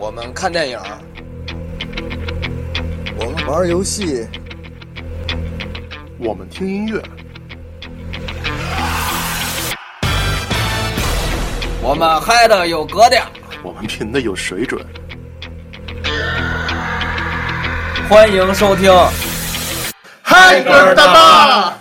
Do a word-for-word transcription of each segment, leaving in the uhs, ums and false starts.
我们看电影， 我们玩游戏， 我们听音乐， 我们嗨的有格调， 我们品的有水准。 欢迎收听嗨歌大大。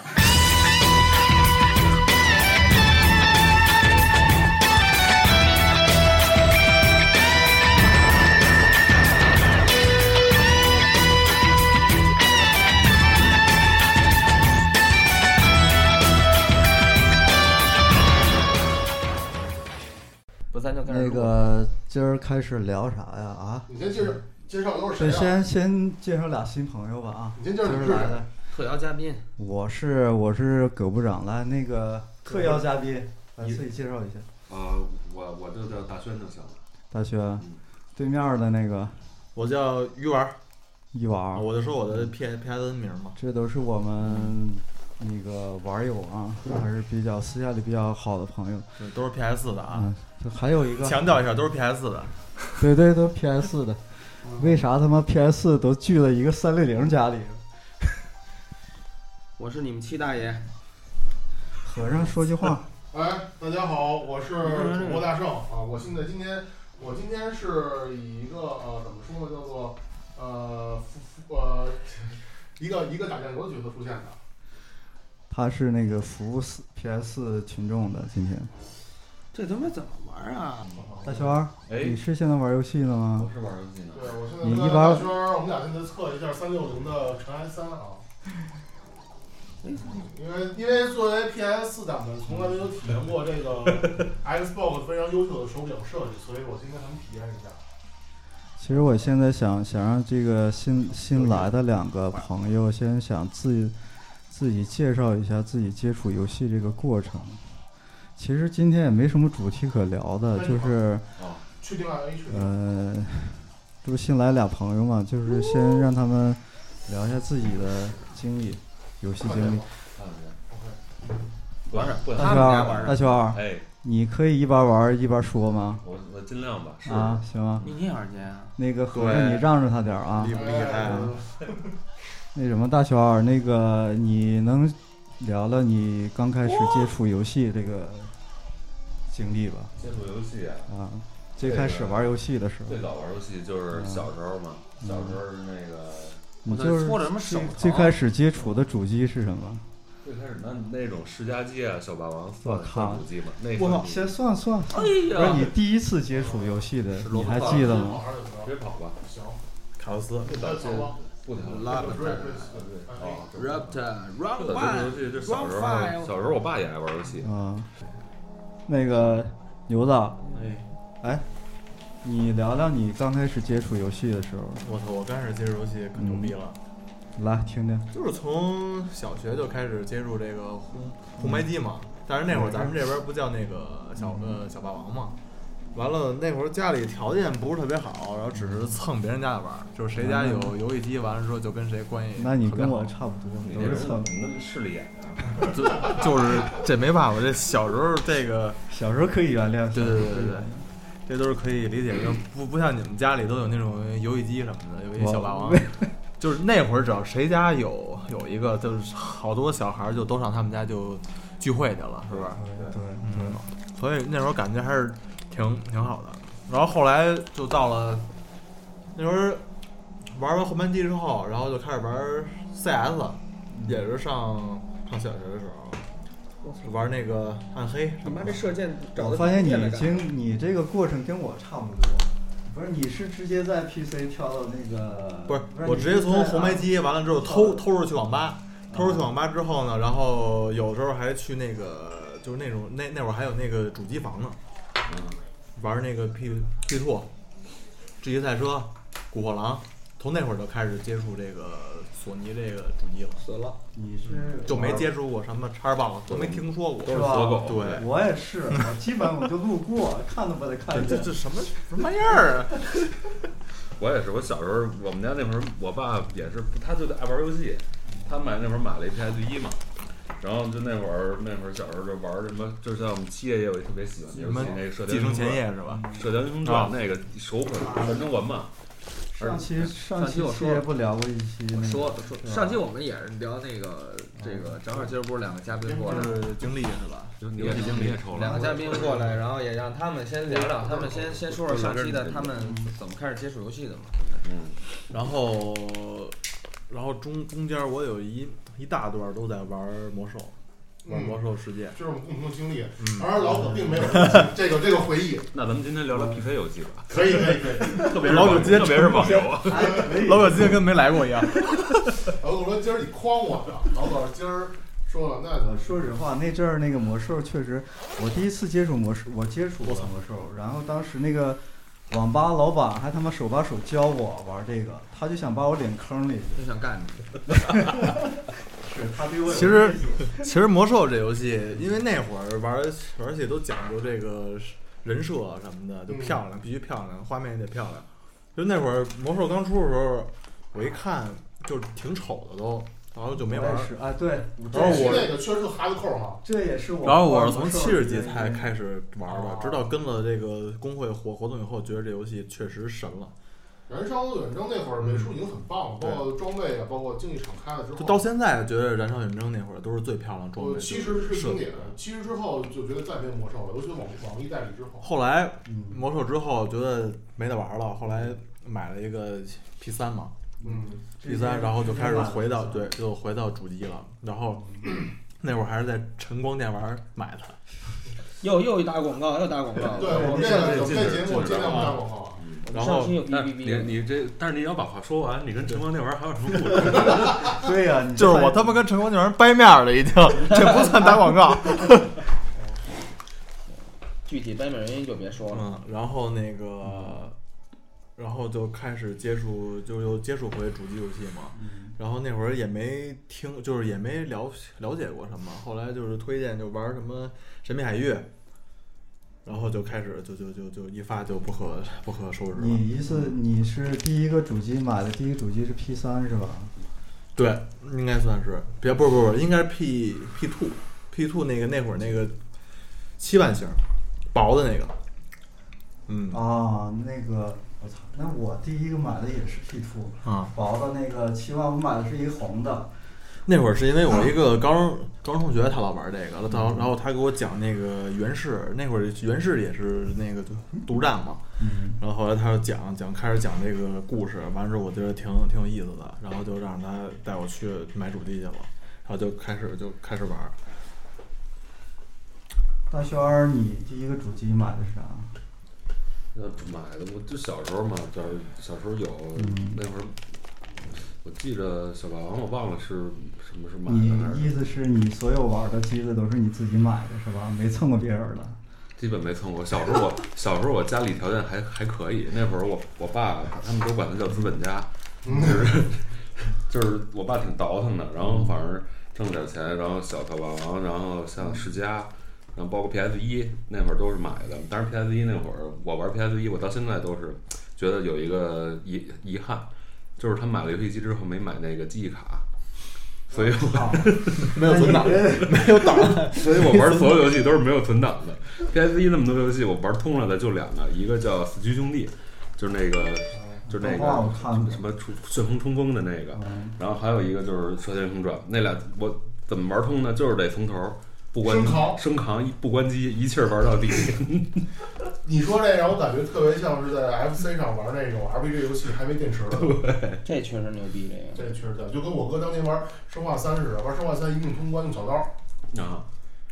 那个今儿开始聊啥呀？啊， 你先介绍介绍都是谁啊？ 先先介绍俩新朋友吧啊！ 你先介绍今儿来的特邀嘉宾， 我是我是葛部长，来那个特邀嘉宾，来自己介绍一下。 啊、呃，我我就叫大轩就行了。 大轩， 嗯、 对面的那个， 我叫鱼丸， 一丸， 我就说我的 P P S N 名嘛。 这都是我们那个玩友啊，还是比较私下里比较好的朋友。 对，都是 P S 的啊。 嗯，还有一个强调一下，都是 P S 的。 对对，都 P S 的。为啥他妈 P S 都聚了一个三六零家里？ 我是你们七大爷。 和尚说句话。 哎，大家好，我是主播大圣啊！我现在今天，我今天是以一个呃怎么说呢，叫做呃呃一个一个打酱油的角色出现的。 他是那个服务 P S 群众的今天。 这他妈怎么玩啊？ 大轩儿， 哎， 你是现在玩游戏呢吗？ 我是玩游戏呢。 对，我现在跟大轩儿，我们俩现在测一下三六零的尘埃三啊。因为因为作为 P S 党们从来没有体验过这个 Xbox 非常优秀的手柄设计，所以我今天咱们体验一下。 其实我现在想想让这个新新来的两个朋友先想自己自己介绍一下自己接触游戏这个过程。其实今天也没什么主题可聊的，就是呃，这不新来俩朋友嘛，就是先让他们聊一下自己的经历，游戏经历。 玩啥？ 大圈，大圈， 哎， 你可以一边玩一边说吗？ 我我尽量吧。 啊，行吗？ 明天玩去啊？ 那个和尚，你让着他点啊。 厉不厉害啊？ 那什么，大圈，那个你能聊聊你刚开始接触游戏这个经历吧？ 接触游戏啊？ 啊，最开始玩游戏的时候。 最早玩游戏就是小时候嘛， 嗯、 小时候那个。 你就是最最开始接触的主机是什么？ 最开始那那种世嘉机啊，小霸王算算主机嘛？那我靠，先算算。 哎呀， 不是你第一次接触游戏的，你还记得吗？ 别跑吧。 行。 卡洛斯。 不打接不打。 拉不对。 哦 Raptor Run One。这这小时候，小时候我爸也爱玩游戏。 啊。那个牛子。 哎。 哎。你聊聊你刚开始接触游戏的时候。 我操！我刚开始接触游戏可牛逼了。 嗯、来听听。 就是从小学就开始接触这个红红白机嘛，但是那会儿咱们这边不叫那个小呃小霸王嘛。完了那会儿家里条件不是特别好，然后只是蹭别人家的玩，就是谁家有游戏机，完了之后就跟谁关系。 那你跟我差不多， 你这是蹭，你那势利眼啊。 就就是这没办法，这小时候这个小时候可以原谅。 对对对对对。这都是可以理解的，不不像你们家里都有那种游戏机什么的，有一小霸王，就是那会儿只要谁家有有一个，就是好多小孩就都上他们家就聚会去了，是不是？ 对， 嗯，所以那时候感觉还是挺挺好的。然后后来就到了那会儿玩完红白机之后，然后就开始玩 C S， 也是上上小学的时候。玩那个暗黑， 他妈这射箭找的。 我发现你经你这个过程跟我差不多，不是？你是直接在 P C 跳到那个？ 不是，我直接从红白机完了之后偷偷着去网吧，偷着去网吧之后呢，然后有时候还去那个就是那种那那会儿还有那个主机房呢，玩那个 P P 兔、职业赛车、古惑狼，从那会儿就开始接触这个。索尼这个主机了， 死了， 你是就没接触过什么叉 box，都没听说过， 都是死狗。 对， 我也是，我基本我就路过，看都不得看一眼。 这这什么什么玩意儿啊？ 我也是，我小时候我们家那会儿，我爸也是，他就爱玩游戏，他买那会儿买了一 P S 一嘛， 然后就那会儿那会儿小时候就玩什么，就像我们七爷也有一特别喜欢的游戏，那个射雕继承前夜是吧？ 射雕英雄传那个手本传承文嘛。 上期上期七爷不聊过一期那个？ 说说上期我们也是聊那个这个，正好今儿不是两个嘉宾过来， 是经历是吧？ 游戏经理也抽了。 两个嘉宾过来，然后也让他们先聊聊，他们先先说说上期的他们怎么开始接触游戏的嘛。 嗯， 然后然后中中间我有一一大段都在玩魔兽。玩魔兽世界， 这是我们共同的经历。 嗯， 当然老葛并没有这个这个回忆。 那咱们今天聊聊 P C 游戏吧。 可以可以可以， 特别是老葛今天特别是网游， 老葛今天跟没来过一样。 老葛说今儿你诓我呢，老葛今儿说了，那说实话，那阵儿那个魔兽确实，我第一次接触魔兽，我接触过魔兽，然后当时那个网吧老板还他妈手把手教我玩这个，他就想把我领坑里去， 就想干你。 是他对我其实其实魔兽这游戏，因为那会儿玩玩游戏都讲究这个人设什么的，就漂亮，必须漂亮，画面也得漂亮。就那会儿魔兽刚出的时候，我一看就挺丑的都，然后就没玩。 是啊，对。 然后我那个确实是哈子扣哈。 这也是我。 然后我是从七十级才开始玩的，直到跟了这个工会活活动以后，觉得这游戏确实神了。 燃烧远征那会儿美术已经很棒了，包括装备啊，包括竞技场开了之后， 就到现在觉得燃烧远征那会儿都是最漂亮装备。 七十是经典，七十之后就觉得再没魔兽了，尤其网网易代理之后。 后来魔兽之后觉得没得玩了，后来买了一个 P 三嘛， 嗯 ，P 三，然后就开始回到对，就回到主机了，然后那会儿还是在晨光电玩买的。 又又一打广告，又打广告。 对，我们这个有这节目尽量不打广告。 然后， 但你你这，但是你要把话说完，你跟晨光电玩还有什么故事？ 对呀、啊， 就是我他妈跟晨光电玩掰面了，已经，这不算打广告。 具体掰面原因就别说了。 嗯，然后那个，然后就开始接触，就又接触回主机游戏嘛。然后那会儿也没听，就是也没了了解过什么。后来就是推荐就玩什么神秘海域。然后就开始就就就就一发就不可不可收拾了。 你意思你是第一个主机买的第一个主机是 P 三是吧？ 对，应该算是。别不是不是，应该是 P P two P two 那个那会儿那个七万型，薄的那个。嗯啊，那个我操，那我第一个买的也是 P two 啊， 薄的那个七万，我买的是一个红的。 那会儿是因为我一个高中高中同学，他老玩这个，然后然后他给我讲那个源氏，那会儿源氏也是那个独占嘛， 嗯， 然后后来他就讲讲开始讲这个故事，完之后我觉得挺挺有意思的，然后就让他带我去买主机去了，然后就开始就开始玩。 大轩儿，你第一个主机买的是啥？ 呃，买的我就小时候嘛，就是小时候有、嗯、那会儿。我记着小霸王，我忘了是什么是买的。 你意思是你所有玩的机子都是你自己买的是吧？没蹭过别人的？ 基本没蹭过。小时候我小时候我家里条件还还可以，那会儿我我爸他们都管他叫资本家，就是就是我爸挺倒腾的，然后反正挣点钱，然后小小霸王，然后像世嘉，然后包括 P S 一那会儿都是买的。但是 P S 一那会儿我玩 P S 一，我到现在都是觉得有一个遗遗憾。就是他买了游戏机之后没买那个记忆卡，所以我没有存档，没有档， 所以我玩所有游戏都是没有存档的。P S 一那么多游戏，我玩通了的就两个，一个叫《死居兄弟》，就是那个就是那个什么旋风冲锋的那个，然后还有一个就是《射雕英雄传》，那俩我怎么玩通呢？就是得从头不关升扛， 升扛不关机，一气儿玩到底。 你说这让我感觉特别像是在 F C 上玩那种 R P G 游戏，还没电池的。 对， 这确实牛逼， 这个。这确实的，就跟我哥当年玩生化三似的，玩生化三一定通关用小刀。 啊。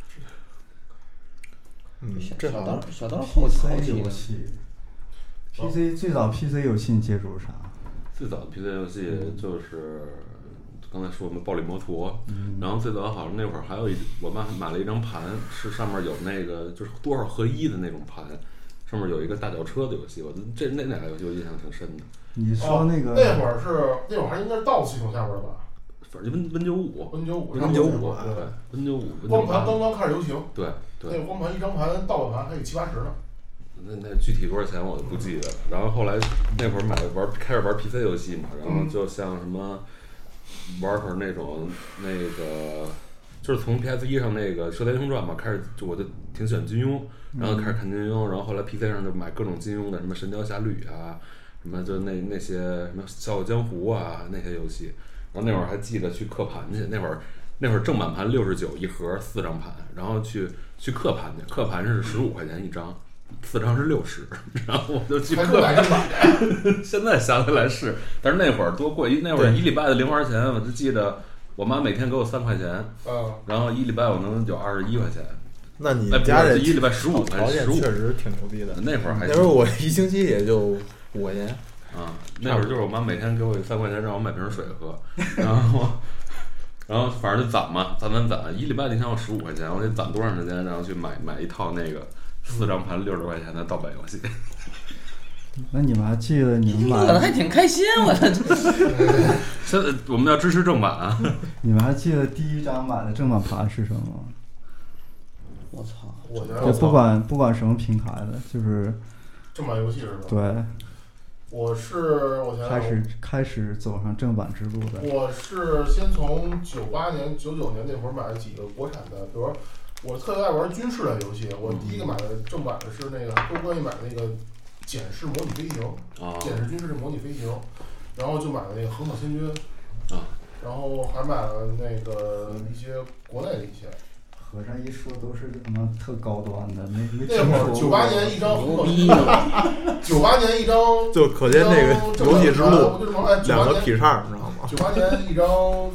嗯， 小刀小刀后期游戏 ，P C 最早 P C 游戏你接触啥？ 最早的 P C 游戏就是。刚才说的暴力摩托、 嗯， 然后最早好像那会儿还有一，我妈买了一张盘，是上面有那个就是多少合一的那种盘，上面有一个大脚车的游戏，我这那两个游戏我印象挺深的。 你说那个、 哦、那会儿是那会儿还应该是 D O S 系统下边的吧？ 反正 Win Win 九五 ，Win 九五 ，Win 九五，对 ，Win 九五。 光盘刚刚开始流行。 对对。 那个光盘一张盘盗版盘还有七八十呢。 那那具体多少钱我都不记得了。然后后来那会儿买玩开始玩 P C 游戏嘛，然后就像什么。玩会儿那种那个就是从 P S 一 上那个《射雕英雄传》嘛开始，就我就挺喜欢金庸，然后开始看金庸，然后后来 P C 上就买各种金庸的，什么《神雕侠侣》啊，什么就那那些什么《笑傲江湖》啊那些游戏，然后那会儿还记得去刻盘去，那会儿那会儿正版盘六十九一盒四张盘，然后去去刻盘去，刻盘是十五块钱一张。四张是六十，然后我就去刻盘。现在想起来是，但是那会儿多贵，那会儿一礼拜的零花钱，我就记得我妈每天给我三块钱， 嗯， 然后一礼拜我能有二十一块钱。 那你家这一礼拜十五块， 条件确实挺牛逼的。 那会儿还那会儿我一星期也就五块钱啊，那会儿就是我妈每天给我三块钱让我买瓶水喝，然后然后反正就攒嘛，攒攒攒，一礼拜你想我十五块钱，我得攒多长时间，然后去买买一套那个。四张盘六十块钱的盗版游戏， 那你们还记得你们买？ 乐的还挺开心，我的。 现在我们要支持正版啊！ 你们还记得第一张买的正版盘是什么吗？ 我操！ 我觉得就不管不管什么平台的，就是正版游戏是吧？ 对。 我是我想想开始开始走上正版之路的。 我是先从九八年、九九年那会儿买了几个国产的，比如说。我特别爱玩军事类游戏，我第一个买的正版的是那个多关于买的那个简式模拟飞行，简式军事模拟飞行，然后就买了那个横扫千军， 啊， 然后还买了那个一些国内的一些。 合着一说都是他妈特高端的，没没那会儿九八年一张横扫千军，九八年一张， 就可见那个游戏之路两个劈叉，你知道吗？ 九八年一张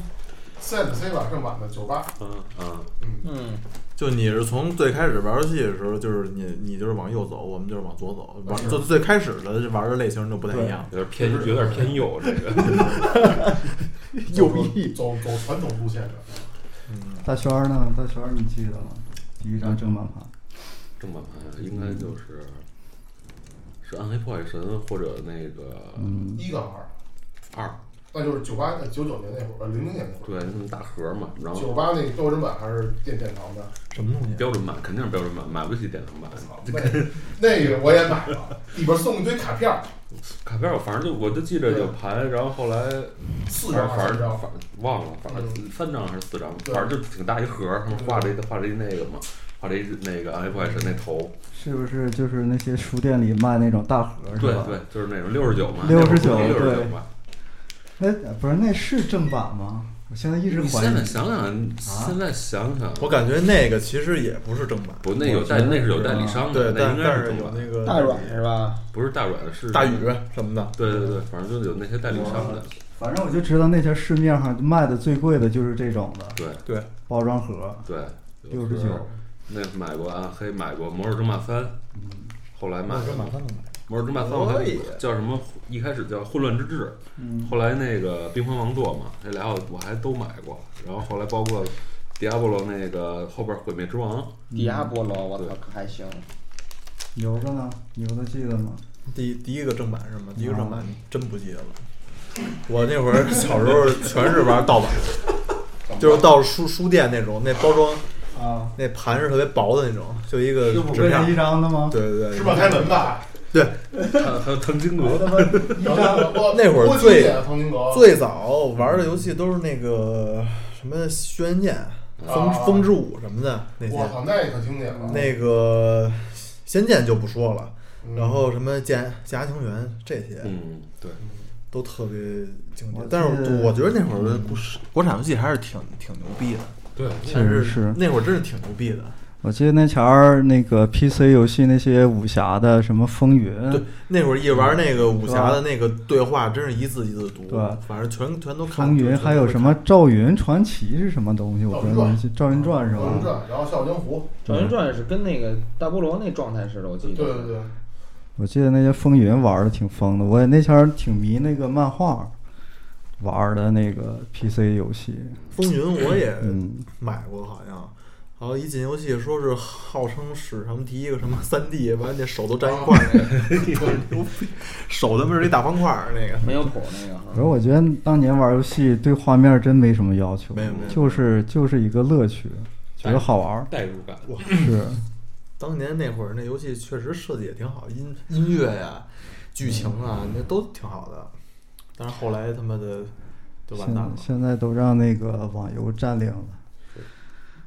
C F C 吧，正版的九八， 嗯嗯嗯。 就你是从最开始玩游戏的时候，就是你你就是往右走，我们就是往左走，玩就最开始的玩的类型就不太一样， 有点偏有点偏右这个， 右翼走走传统路线的。 嗯，大轩呢？大轩你记得吗？第一张正版盘， 正版盘应该就是是暗黑破坏神或者那个嗯一杠二二。 那就是九八、九九年那会儿，呃，零零年那会儿。对，那么大盒嘛，然后。 九八那个标准版还是电典藏的？ 什么东西？ 标准版肯定是标准版，买不起典藏版。 那那个我也买了，里边送一堆卡片。 卡片我反正就我就记着有盘，然后后来四张反正反忘了，反正三张还是四张，反正就挺大一盒，上面画着一画着一那个嘛，画着一那个暗黑破坏神那头。 是不是就是那些书店里卖那种大盒是吧？对对，就是那种六十九嘛。 六十九， 对。 哎，不是，那是正版吗？我现在一直怀疑。 现在想想，现在想想， 我感觉那个其实也不是正版。 不，那有代，那是有代理商的， 那应该是有那个大软是吧？ 不是大软，是大宇什么的。 对对对，反正就有那些代理商的。 反正我就知道那些市面上卖的最贵的就是这种的。 对对， 包装盒。 对， 六十九。 那买过暗黑，买过魔兽争霸三，后来买魔兽争霸三都买。 魔兽争霸三我还叫什么？一开始叫混乱之治， 嗯、 后来那个冰皇王座嘛，这俩我我还都买过。然后后来包括迪亚波罗那个后边毁灭之王， 迪亚波罗我操可还行。 牛子呢？牛子记得吗？ 第第一个正版是吗？第一个正版真不记得了。我那会儿小时候全是玩盗版，就是到书书店那种，那包装。 啊， 那盘是特别薄的那种，就一个纸片一张的吗？ 对对对， 是吧？开门吧。 对， 还有藤金阁。 那会儿最最早玩的游戏都是那个什么轩辕剑、风风之舞什么的那些。 我操，那可经典了。 那个仙剑就不说了，然后什么剑剑侠情缘这些， 嗯，对， 都特别经典。但是我觉得那会儿的国产游戏还是挺挺牛逼的。 对， 确实是那会儿真是挺牛逼的。 我记得那前儿那个 P C 游戏那些武侠的什么风云， 对，那会儿一玩那个武侠的那个对话，真是一字一字读， 对， 反正全全都看。 风云还有什么赵云传奇是什么东西？我不知道，赵云传是吧？ 赵云传，然后笑傲江湖。 赵云传是跟那个大菠萝那状态似的，我记得。 对对对。 我记得那些风云玩的挺疯的，我也那前儿挺迷那个漫画。玩的那个 P C 游戏， 风云我也买过，好像，然后一进游戏说是号称史上第一个什么三 D， 完那手都粘一块儿那个，手他妈是一大方块儿那个， 没有谱那个。 可是我觉得当年玩游戏对画面真没什么要求， 没有没有， 就是就是一个乐趣，觉得好玩， 代入感。 是， 当年那会儿那游戏确实设计也挺好，音音乐呀、剧情啊，那都挺好的。但是后来他妈的就完蛋了。 现在都让那个网游占领了。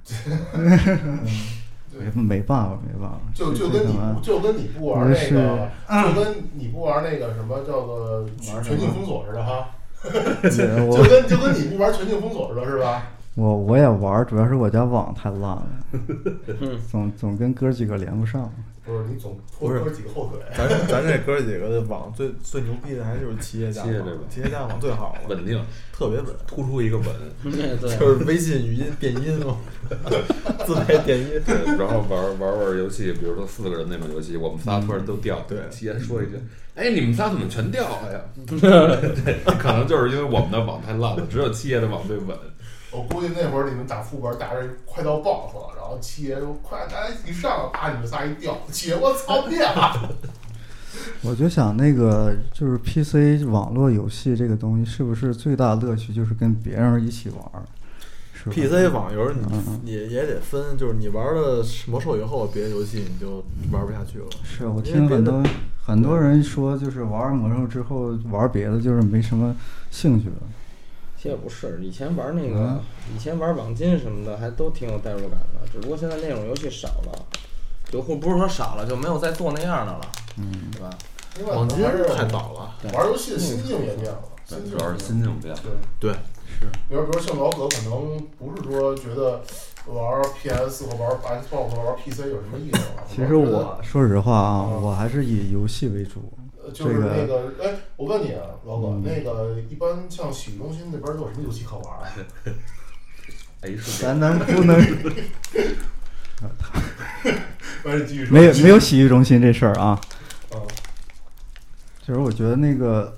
没没办法，没办法。 就就跟你不就跟你不玩那个，就跟你不玩那个什么叫做全境封锁似的哈。就跟就跟你不玩全境封锁似的，是吧？ 我我也玩，主要是我家网太烂了，总总跟哥几个连不上。 不是你总拖哥几个后腿。 咱咱这哥几个的网最最牛逼的还就是企业家网，企业家网最好了， 稳定， 特别稳， 突出一个稳。 就是微信语音变音嘛，自带电音。 对，然后玩玩玩游戏，比如说四个人那种游戏，我们仨突然都掉，对，企业说一句。哎，你们仨怎么全掉了呀？这可能就是因为我们的网太烂了，只有七爷的网最稳。 我估计那会儿你们打副本打着快到 boss 了，然后七爷说快大家一上，把你们仨一掉，七爷我操变了。 我就想那个就是 P C 网络游戏这个东西，是不是最大乐趣就是跟别人一起玩 ？P C 网游你、嗯、也也得分，就是你玩了魔兽以后，别的游戏你就玩不下去了。 是我听很多很多人说，就是玩魔兽之后玩别的就是没什么兴趣了。 其实也不是，以前玩那个，嗯、以前玩网金什么的还都挺有代入感的，只不过现在那种游戏少了，就或不是说少了，就没有再做那样的了， 嗯， 对吧？ 网金太早了， 玩游戏的心境也变了， 对，主要是心境变了， 对， 是。 比如比如像老葛，可能不是说觉得玩 P S 或玩 Xbox 或玩 P C 有什么意思了。 其实我说实话啊，嗯、我还是以游戏为主。 就是那个，哎、这个，我问你啊，老葛，嗯、那个一般像洗浴中心那边有什么游戏可玩啊？ 哎， 咱能不能？ 没有没有洗浴中心这事儿啊。 嗯。 就是我觉得那个。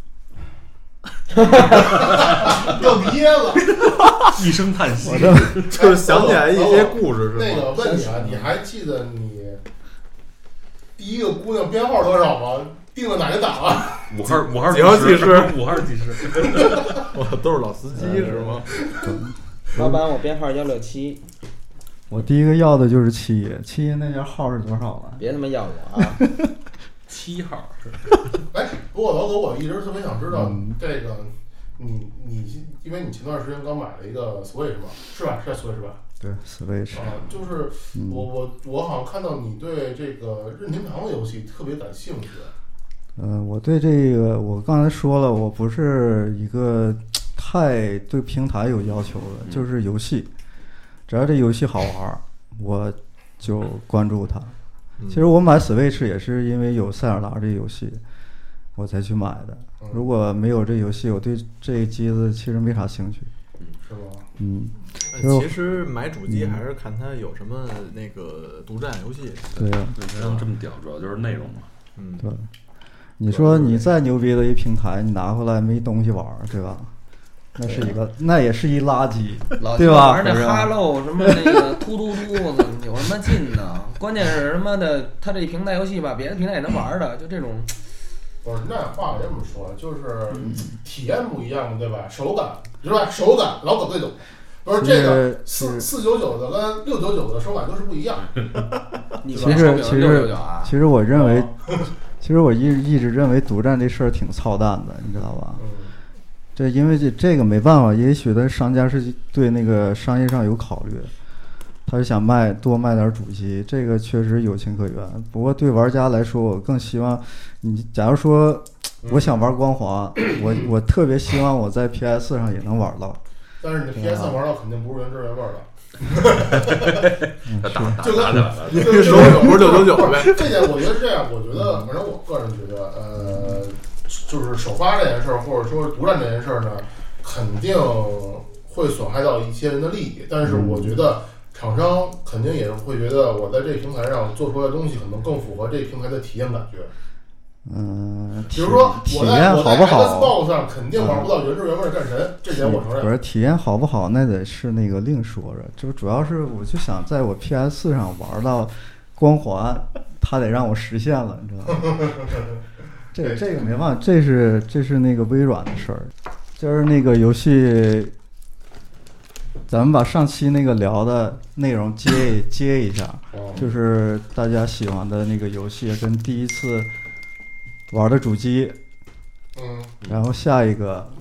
要憋了， 一声叹息， 就是想起来一些故事，是吧？ 那个问你啊，你还记得你第一个姑娘编号多少吗？定了哪个档啊？ 五号五号几号技师？ 五号技师。 哇，都是老司机是吗？ 老板，我编号幺六七。 我第一个要的就是七爷，七爷那家号是多少啊？ 别他妈要我啊！ 七号是。 哎，不过老葛，我一直特别想知道、 嗯、 这个，你你因为你前段时间刚买了一个 Switch 吧？是吧？是 Switch 吧？ 对 Switch 啊，就是我我我好像看到你对这个任天堂的游戏特别感兴趣。 呃，我对这个我刚才说了，我不是一个太对平台有要求的，就是游戏，只要这游戏好玩，我就关注它。其实我买 Switch 也是因为有塞尔达这游戏，我才去买的。如果没有这游戏，我对这机子其实没啥兴趣。 是吗？ 嗯。 其实买主机还是看它有什么那个独占游戏。 对呀、啊， 对，能这么屌，主要就是内容嘛。 嗯， 对。你说你再牛逼的一平台，你拿回来没东西玩，对吧？那是一个，那也是一垃圾，对吧？ 玩那哈喽什么那个突突突的，有什么劲呢？关键是什么的？它这平台游戏吧，别的平台也能玩的，就这种。 不是，那话这么说，就是体验不一样，对吧？手感是吧？手感老葛最懂。不是这个四四九九的跟六九九的手感都是不一样。 其实其实其实我认为，其实我一一直认为独占这事儿挺操蛋的，你知道吧？ 嗯。 这因为这这个没办法，也许的商家是对那个商业上有考虑，他是想卖多卖点主机，这个确实有情可原。不过对玩家来说，我更希望你，假如说我想玩光环，嗯、我我特别希望我在 P S 上也能玩到。 但是你 P S 玩到肯定不是原汁原味的。 嗯、 就跟就手感不是六九九呗。 这点我觉得是这样，我觉得反正我个人觉得，呃。就是首发这件事儿，或者说独占这件事儿呢，肯定会损害到一些人的利益。但是我觉得厂商肯定也会觉得，我在这平台上做出来的东西可能更符合这平台的体验感觉。 嗯， 比如说体验好不好 ，Xbox 上肯定玩不到原汁原味的战神，嗯、这点我承认。 不是体验好不好，那得是那个另说着。就主要是我就想在我 P S 上玩到光环，它得让我实现了，你知道吗？这这个没办法，这是这是那个微软的事儿，就是那个游戏，咱们把上期那个聊的内容接接一下，就是大家喜欢的那个游戏跟第一次玩的主机， 嗯， 然后下一个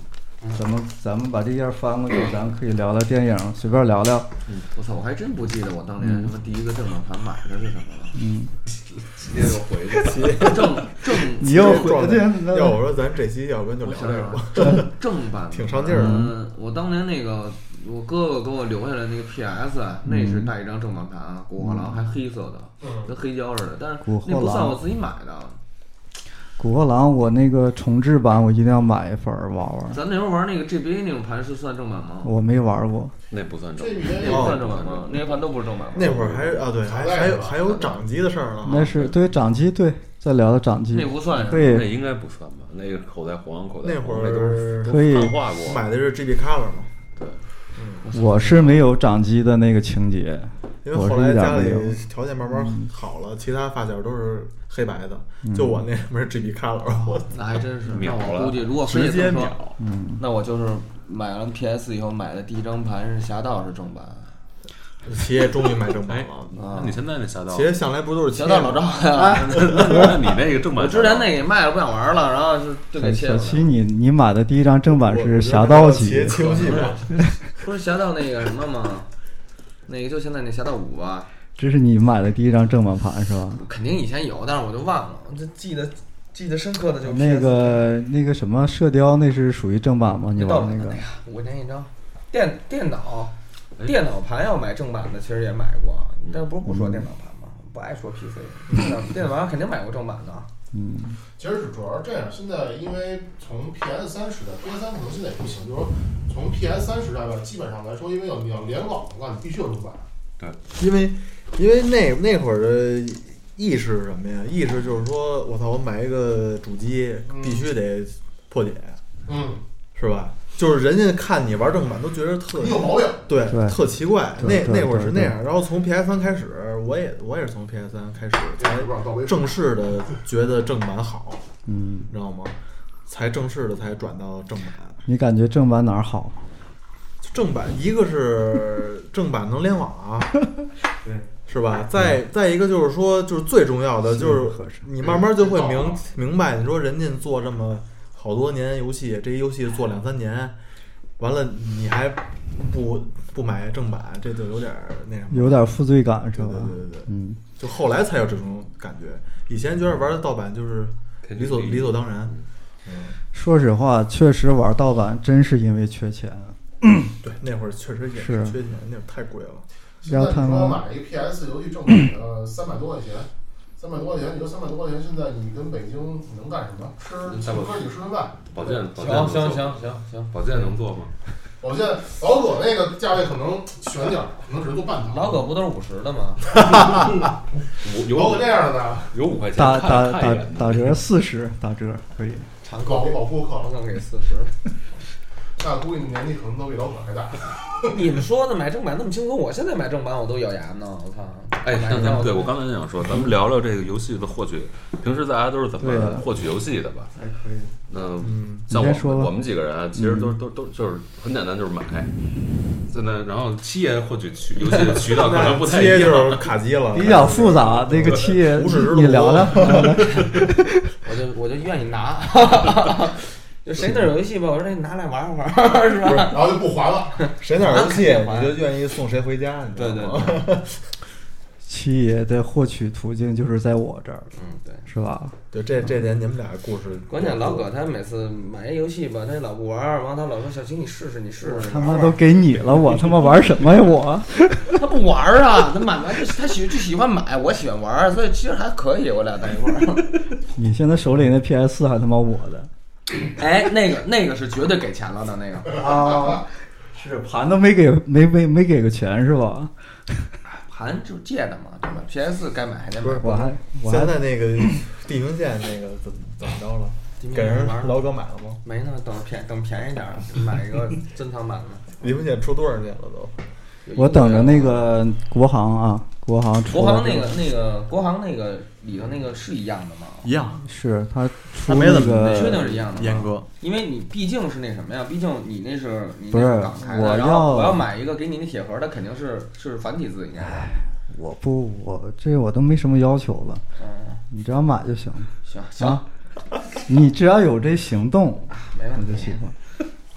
咱们咱们把这页翻过去，咱们可以聊聊电影，随便聊聊。 嗯，我操，我还真不记得我当年他妈第一个正版盘买的是什么了。 嗯， 直接又回去了。正正， 你又回去？ 要我说，咱这期要不然就聊这个吧。 正正版挺上劲儿的。 嗯，我当年那个我哥哥给我留下来那个 P S， 那是带一张正版盘，古惑狼还黑色的，跟黑胶似的，但是那不算我自己买的。 古惑狼，我那个重置版我一定要买一份玩玩。 咱那时候玩那个 G B A 那种盘是算正版吗？ 我没玩过， 那不算正版， 那不算正版吗？那些盘都不是正版。 那会儿还啊对，还还有还有掌机的事儿呢。 那是对掌机，对，再聊聊掌机。 那不算， 可以， 那应该不算吧？那个口袋黄，口袋那会儿可以汉化过， 买的是 G B Color 嘛。 对， 嗯， 我是没有掌机的那个情节。 因为后来家里条件慢慢好了，其他发小都是黑白的，就我那门是 G B Color，我那还真是秒了。 我估计如果直接秒， 嗯， 那我就是买了 P S 以后买的第一张盘是侠盗是正版。 企业终于买正版了啊！你现在那侠盗， 企业向来不都是侠盗老赵呀？那你那个正版， 我之前那个卖了不想玩了，然后就就给切了。 小七，你你买的第一张正版是侠盗企业游戏吧？ 不是侠盗那个什么吗？那个就现在那侠盗五吧。 这是你买的第一张正版盘是吧？ 肯定以前有，但是我就忘了。这记得记得深刻的就那个那个什么射雕，那是属于正版吗？你玩那个？ 五块钱一张。电电脑电脑盘要买正版的，其实也买过，但是不是不说电脑盘吗？不爱说 P C。电脑电脑盘肯定买过正版的。 嗯， 其实是主要是这样。现在因为从 P S 三时代 ，P S 三可能现在也不行，就是说从 P S 三时代吧，基本上来说，因为要你要联网的话，你必须有正版。 对， 因为因为那那会儿的意识是什么呀？意识就是说，我操，我买一个主机必须得破解， 嗯， 是吧？就是人家看你玩正版都觉得特有毛病， 对， 对特奇怪。 对对那那会儿是那样，然后从 P S 三开始，我也我也是从 P S 三开始才正式的觉得正版好， 嗯， 知道吗？才正式的才转到正版。 你感觉正版哪儿好？ 正版一个是正版能联网啊， 对， 是吧？再再一个就是说，就是最重要的就是你慢慢就会明明白，你说人家做这么好多年游戏，这一游戏做两三年，完了你还不不买正版，这就有点那什么， 有点负罪感是吧？ 对对对对， 嗯， 就后来才有这种感觉，以前觉得玩盗版就是理所理所当然。嗯， 说实话，确实玩盗版真是因为缺钱。 对，那会儿确实也是缺钱，那会儿太贵了。 现在你说买一个 P S 游戏正版的三百多块钱，三百多块钱，你说三百多块钱，现在你跟北京你能干什么？吃请哥几个吃顿饭。 保健， 行行行行行， 保健能做吗？ 保健老葛那个价位可能悬点，可能只是做半糖。 老葛不都是五十的吗？ 有老葛这样的呢？ 有五块钱， 打打打打折四十，打折可以。 常老老顾客常给四十。 那估计你年纪可能都比老葛还大。 你们说的买正版那么轻松，我现在买正版我都咬牙呢，我操！ 哎，那咱们对我刚才就想说，咱们聊聊这个游戏的获取，平时大家都是怎么获取游戏的吧？ 还可以。 那像我们我们几个人，其实都嗯都都就是很简单，就是买。现在然后企业获取游戏的渠道可能不太一样， 就是卡机了， 比较复杂。那个企业，你聊聊。 我就我就愿意拿。就谁那有游戏吧，我说那拿来玩玩，是吧？ 然后就不还了。 谁哪游戏你就愿意送谁回家，你知道吗？ 对对对。 七爷的获取途径就是在我这儿， 嗯，对， 是吧？ 对，这这点你们俩故事。 关键老葛他每次买一游戏吧，他老不玩，完他老说小秦你试试你试试。 他妈都给你了，我他妈玩什么呀我？ 他不玩啊，他买完就他喜就喜欢买，我喜欢玩，所以其实还可以，我俩在一块儿。 你现在手里那 P S 四还他妈我的。 哎，那个那个是绝对给钱了的那个啊，是盘都没给没没没给个钱是吧？ 盘就借的嘛，对吧 ？P S 该买还得买。 不是，我还我还现在那个地平线那个怎怎么着了？给人老葛买了吗？ 没呢，等便等便宜点儿，买一个珍藏版的。 地平线出多少年了都？ 我等着那个国行啊，国行出。 国行那个那个国行那个里头那个是一样的吗？ 一样， 是它它没怎么确定是一样的。 严格， 因为你毕竟是那什么呀？毕竟你那是你那是港台的，然后我要买一个给你那铁盒，它肯定是是繁体字应该。 我不，我这我都没什么要求了。 嗯， 你只要买就行。 行行， 啊，你只要有这行动， 没问题我就喜欢。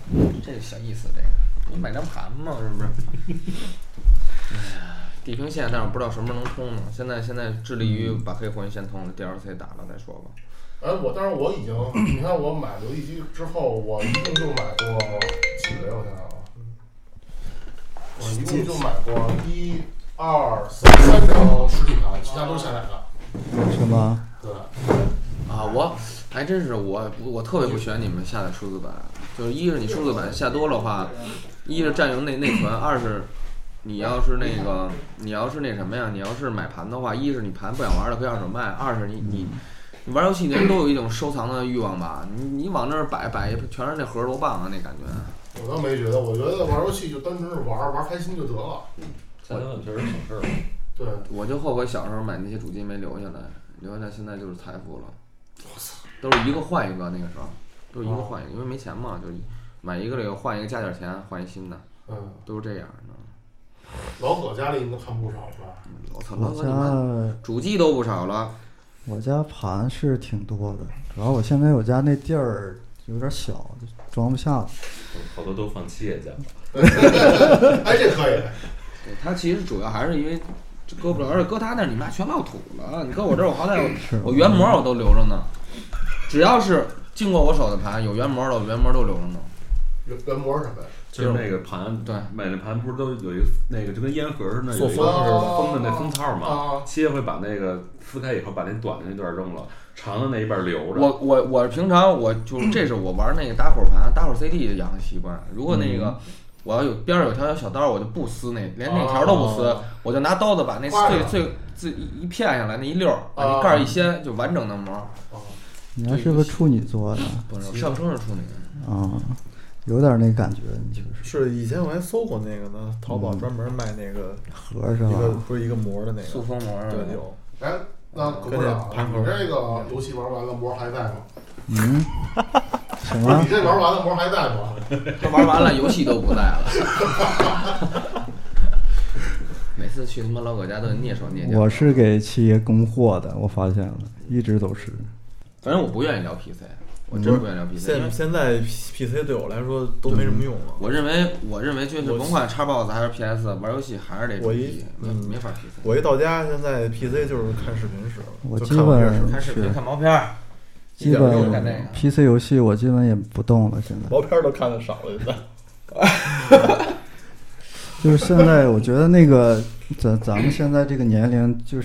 这小意思，这个你买张盘嘛，是不是？哎呀，地平线，但是我不知道什么时候能通呢。现在现在致力于把黑魂先通了 ，D L C 打了再说吧。 哎，我当然我已经，你看我买游戏机之后，我一共就买过几个呀？我想想啊，我一共就买过一、二、三三张实体盘，其他都是下载的。 是吗？ 对。 啊，我还真是我我特别不喜欢你们下载数字版，就是一是你数字版下多了话，一是占用内内存，二是你要是那个你要是那什么呀，你要是买盘的话，一是你盘不想玩了可以二手卖，二是你你。你玩游戏的人都有一种收藏的欲望吧？你你往那儿摆摆，全是那盒多棒啊，那感觉。 我倒没觉得，我觉得玩游戏就单纯是玩玩开心就得了。 下载版确实省事儿。 对， 我就后悔小时候买那些主机没留下来，留下来现在就是财富了。我操，都是一个换一个，那个时候都是一个换一个，因为没钱嘛，就买一个这个换一个加点钱换一新的，嗯，都是这样的。 老葛家里应该盘不少吧？ 我操，老葛你们主机都不少了。 我家盘是挺多的，主要我现在我家那地儿有点小，装不下了。 好多都放企业家。 哎，这可以。 对，它其实主要还是因为搁不了，而且搁他那儿你妈全落土了。你搁我这儿，我好歹我我原模我都留着呢。只要是经过我手的盘有原模的，我原模都留着呢。 原原模是什么呀？ 就是那个盘， 对， 买那盘不是都有一个那个就跟烟盒似的，有一个封封的那封套嘛， 啊、 切会把那个撕开以后，把那短的那段扔了，长的那一半留着。 我我我平常我就这是我玩那个打口盘、打口 C D 养的习惯。如果那个、嗯、我要有边上有条小刀，我就不撕那，连那条都不撕，啊、我就拿刀子把那最最最一片下来那一溜，把那盖一掀，就完整的膜。 啊、你还是个处女座的？ 不是，上升是处女。 啊。有点那感觉， 是以前我还搜过那个呢，淘宝专门卖那个盒是吧？ 一个不是一个膜的那个塑封膜， 对有。 哎，那可不是啊，你这个游戏玩完了膜还在吗？ 嗯，什么？ 你这玩完了膜还在吗？ 他玩完了，游戏都不在了。每次去他妈老葛家都得蹑手蹑脚。 我是给企业供货的，我发现了，一直都是。 反正我不愿意聊 P C。我真不愿意聊 P C，、 嗯、现现在 P C 对我来说都没什么用了。 我认为，我认为就是甭管 Xbox 还是 P S， 玩游戏还是得我一没没法 P C。 我一到家，现在 P C 就是看视频使了， 我基本看视频、看毛片， 基本 P C 游戏我基本也不动了。现在毛片都看的少了，现在。 就是现在，我觉得那个咱咱们现在这个年龄就是。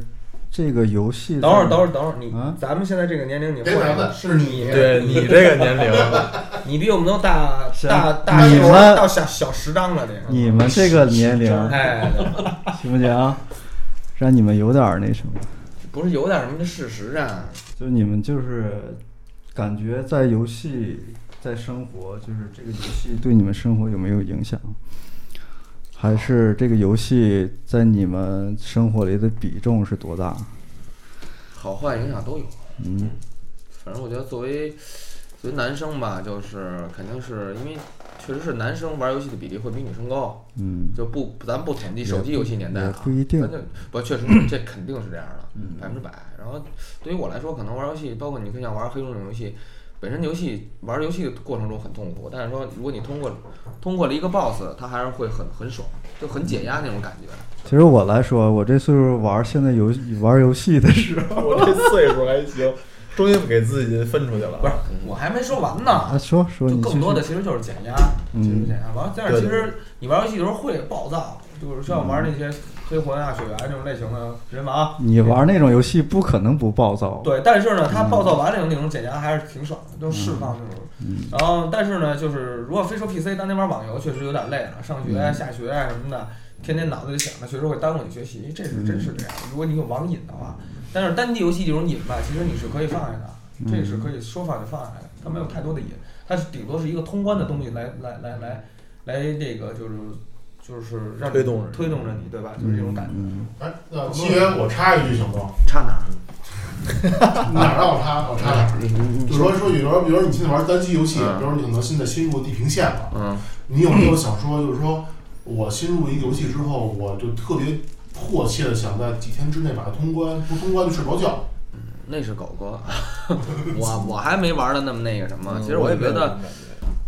这个游戏， 等会儿，等会儿，等会儿，你、 啊、 咱们现在这个年龄，你别咱们是你， 对你这个年龄， 你比我们都大大大你们到小小十张了，这个你们这个年龄， 哎， 行不行？让你们有点那什么， 不是有点什么的事实啊， 就你们就是感觉在游戏在生活，就是这个游戏对你们生活有没有影响？还是这个游戏在你们生活里的比重是多大？ 好坏影响都有。 嗯， 反正我觉得作为作为男生吧，就是肯定是因为确实是男生玩游戏的比例会比女生高。 嗯， 就不咱不统计手机游戏年代啊， 不一定。 不，确实这肯定是这样的，百分之百。然后对于我来说，可能玩游戏，包括你像玩黑洞这种游戏。本身游戏玩游戏的过程中很痛苦，但是说如果你通过通过了一个 boss， 它还是会很很爽，就很解压那种感觉。 其实我来说，我这岁数玩现在游玩游戏的时候， 我这岁数还行，终于给自己分出去了。 不是，我还没说完呢。 啊，说说你。 就更多的其实就是减压， 嗯、 其实减压。完，但是其实你玩游戏的时候会暴躁，就是像玩那些黑魂啊、血缘这种类型的人王。 你玩那种游戏不可能不暴躁。 对，但是呢，它暴躁完了以后那种减压还是挺爽的，就释放那种。 嗯。 然后，但是呢，就是如果非说 P C， 当年玩网游确实有点累了，上学、下学啊什么的，天天脑子里想的，确实会耽误你学习，这是真是这样。如果你有网瘾的话，但是单机游戏这种瘾吧，其实你是可以放下的，这个是可以说放就放下来的，它没有太多的瘾，它是顶多是一个通关的东西来来来来来这个就是。就是让推动推动着你，对吧？就是这种感觉。 哎，那七爷，我插一句行不？ 插哪儿？ 哪儿让我插？我插哪儿？就说说，比如说，比如说你现在玩单机游戏，比如说你可能现在新入地平线了， 嗯， 你有没有想说，就是说我新入一个游戏之后，我就特别迫切的想在几天之内把它通关，不通关就睡不着觉。 嗯，那是狗哥，我我还没玩的那么那个什么。其实我觉得。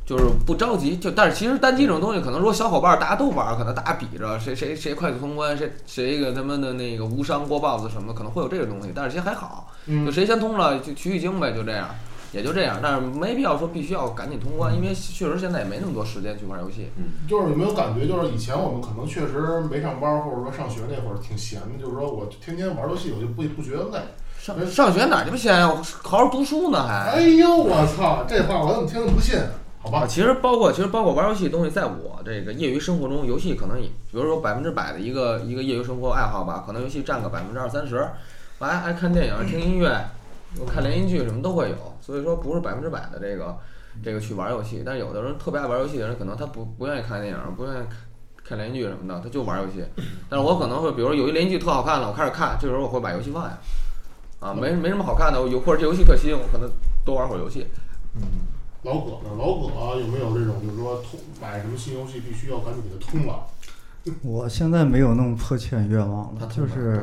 就是不着急，就但是其实单机这种东西，可能说小伙伴大家都玩，可能大家比着谁谁谁快速通关，谁谁个他妈的那个无伤过 boss 什么的，可能会有这个东西，但是其实还好，就谁先通了就取取经呗，就这样。也就这样，但是没必要说必须要赶紧通关，因为确实现在也没那么多时间去玩游戏。 嗯，就是有没有感觉，就是以前我们可能确实没上班，或者说上学那会儿挺闲的，就是说我天天玩游戏，我就不不觉得累。 上上学哪鸡巴闲呀？我好好读书呢还。 哎呦我操，这话我怎么听着不信？好吧。 其实包括其实包括玩游戏的东西，在我这个业余生活中，游戏可能也，比如说百分之百的一个一个业余生活爱好吧，可能游戏占个百分之二三十，我还爱看电影、听音乐。我看连续剧什么都会有，所以说不是百分之百的这个这个去玩游戏，但是有的人特别爱玩游戏的人，可能他不不愿意看电影，不愿意看连续剧什么的，他就玩游戏。但是我可能会，比如说有一连续剧特好看了，我开始看，这时候我会把游戏放下，啊，没没什么好看的，有或者这游戏特新，我可能多玩会儿游戏。 嗯，老葛呢？老葛有没有这种就是说通买什么新游戏必须要赶紧给它通了？ 我现在没有那么迫切愿望了，就是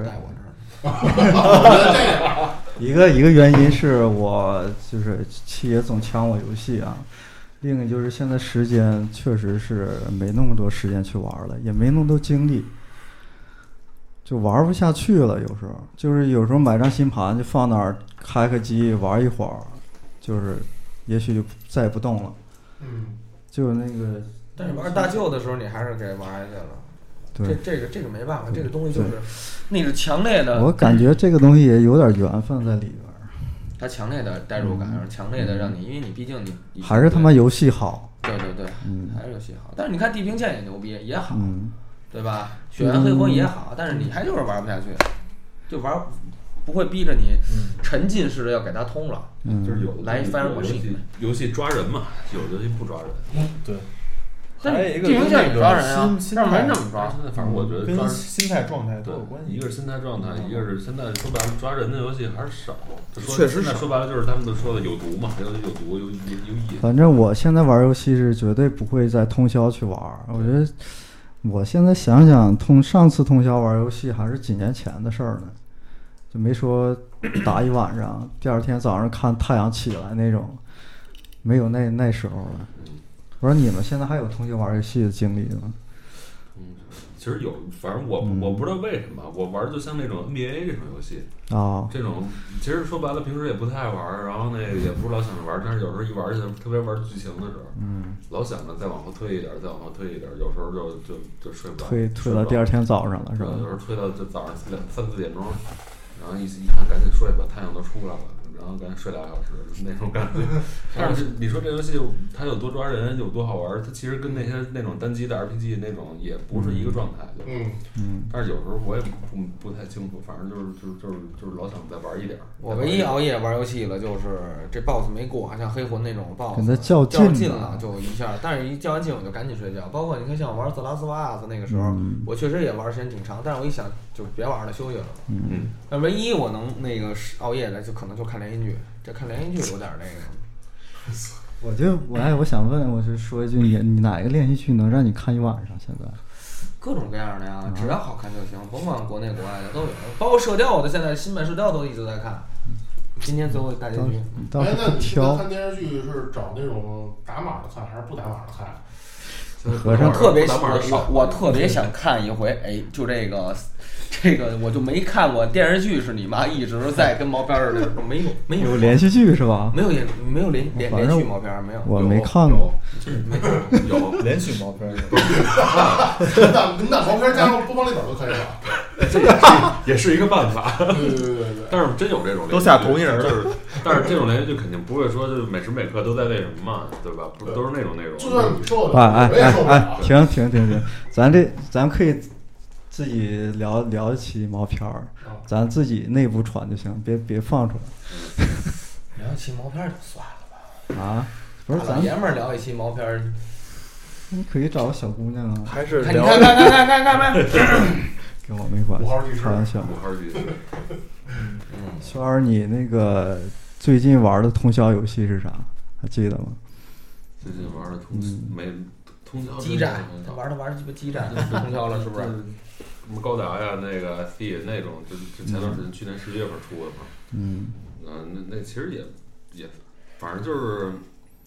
一个一个原因是我就是企业总抢我游戏啊，另一个就是现在时间确实是没那么多时间去玩了，也没那么多精力，就玩不下去了。有时候就是有时候买张新盘就放那儿开个机玩一会儿，就是也许就再也不动了。 嗯， 就那个。 但是玩大舅的时候，你还是给玩下去了。这这个这个没办法，这个东西就是那是强烈的。 我感觉这个东西也有点缘分在里边儿。 它强烈的代入感，嗯、强烈的让你，因为你毕竟你你还是他妈游戏好。 对对对， 嗯， 还是游戏好。但是你看《地平线》也牛逼，也好， 嗯、 对吧？《血缘黑魂》也好，但是你还就是玩不下去，就玩不会逼着你沉浸式的要给它通了。 嗯， 就是有来翻游戏游戏抓人嘛，有的游戏不抓人。 嗯，对。 还有一个地平线也抓人啊，让人怎么抓？ 现在反正我觉得跟心态状态都有关系。 一个是心态状态，一个是现在说白了抓人的游戏还是少。 确实少。 说白了就是他们都说的有毒嘛，有有毒有有有瘾。 反正我现在玩游戏是绝对不会再通宵去玩。我觉得我现在想想，通上次通宵玩游戏还是几年前的事儿呢，就没说打一晚上，第二天早上看太阳起来那种，没有那那时候了。我说你们现在还有通宵玩游戏的经历吗？ 嗯，其实有，反正我、嗯、我不知道为什么，我玩就像那种 N B A 这种游戏啊、哦， 这种其实说白了，平时也不太爱玩，然后那个也不是老想着玩，但是有时候一玩起来，特别玩剧情的时候，嗯，老想着再往后推一点，再往后推一点，有时候就就就睡不着， 推推到第二天早上了是吧？ 有时候推到就早上两三四点钟，然后一一看赶紧睡吧，太阳都出来了。然后赶紧睡俩小时那种感觉，但是你说这游戏它有多抓人，有多好玩，它其实跟那些那种单机的 R P G 那种也不是一个状态。 嗯嗯。 但是有时候我也不不太清楚，反正就是就是就是就是老想再玩一点。 我唯一熬夜玩游戏了，就是这 boss 没过，像黑魂那种 boss， 跟他较劲了就一下，但是一较完劲我就赶紧睡觉。包括你看像我玩《The Last of Us》那个时候， 嗯、 我确实也玩时间挺长，但是我一想就别玩了，休息了。 嗯。 那唯一我能那个熬夜的，就可能就看连续剧。这看连续剧有点那个， 我就我哎，我想问，我就说一句，你你哪个连续剧能让你看一晚上？现在各种各样的呀，只要好看就行，甭管国内国外的都有，包括射雕，我的现在新版射雕都一直在看。今天最后大结局。 哎， 那你现在看电视剧是找那种打码的看，还是不打码的看？ 和尚特别我我特别想看一回，哎，就这个。这个我就没看过电视剧，是你妈一直在跟毛片儿的，没有没有有连续剧是吧？ 没有连没有连连连续毛片儿没有， 我没看过， 没有连续毛片儿， 你打你打毛片儿加入播放列表就可以了， 这也是也是一个办法。 对对对对对。 但是真有这种都下同一人， 就是，但是这种连续剧肯定不会说就是每时每刻都在那什么嘛，对吧？不都是那种内容。 就算你说的， 哎哎哎，停停停停，咱这咱可以。自己聊聊一期毛片儿，咱自己内部传就行，别别放出来。 聊一期毛片儿就算了吧。 啊，不是咱爷们儿聊一期毛片儿， 你可以找个小姑娘啊。 还是看看看看看看看， 跟我没关系，开玩笑。 五号机。 嗯， 轩儿，你那个最近玩的通宵游戏是啥？还记得吗？ 最近玩的通没通宵。 激战，他玩他玩鸡巴激战，通宵了是不是？ 什么高达呀，那个 S D 那种，就就前段时间去年十一月份出的嘛。 嗯。 嗯，那那其实也也，反正就是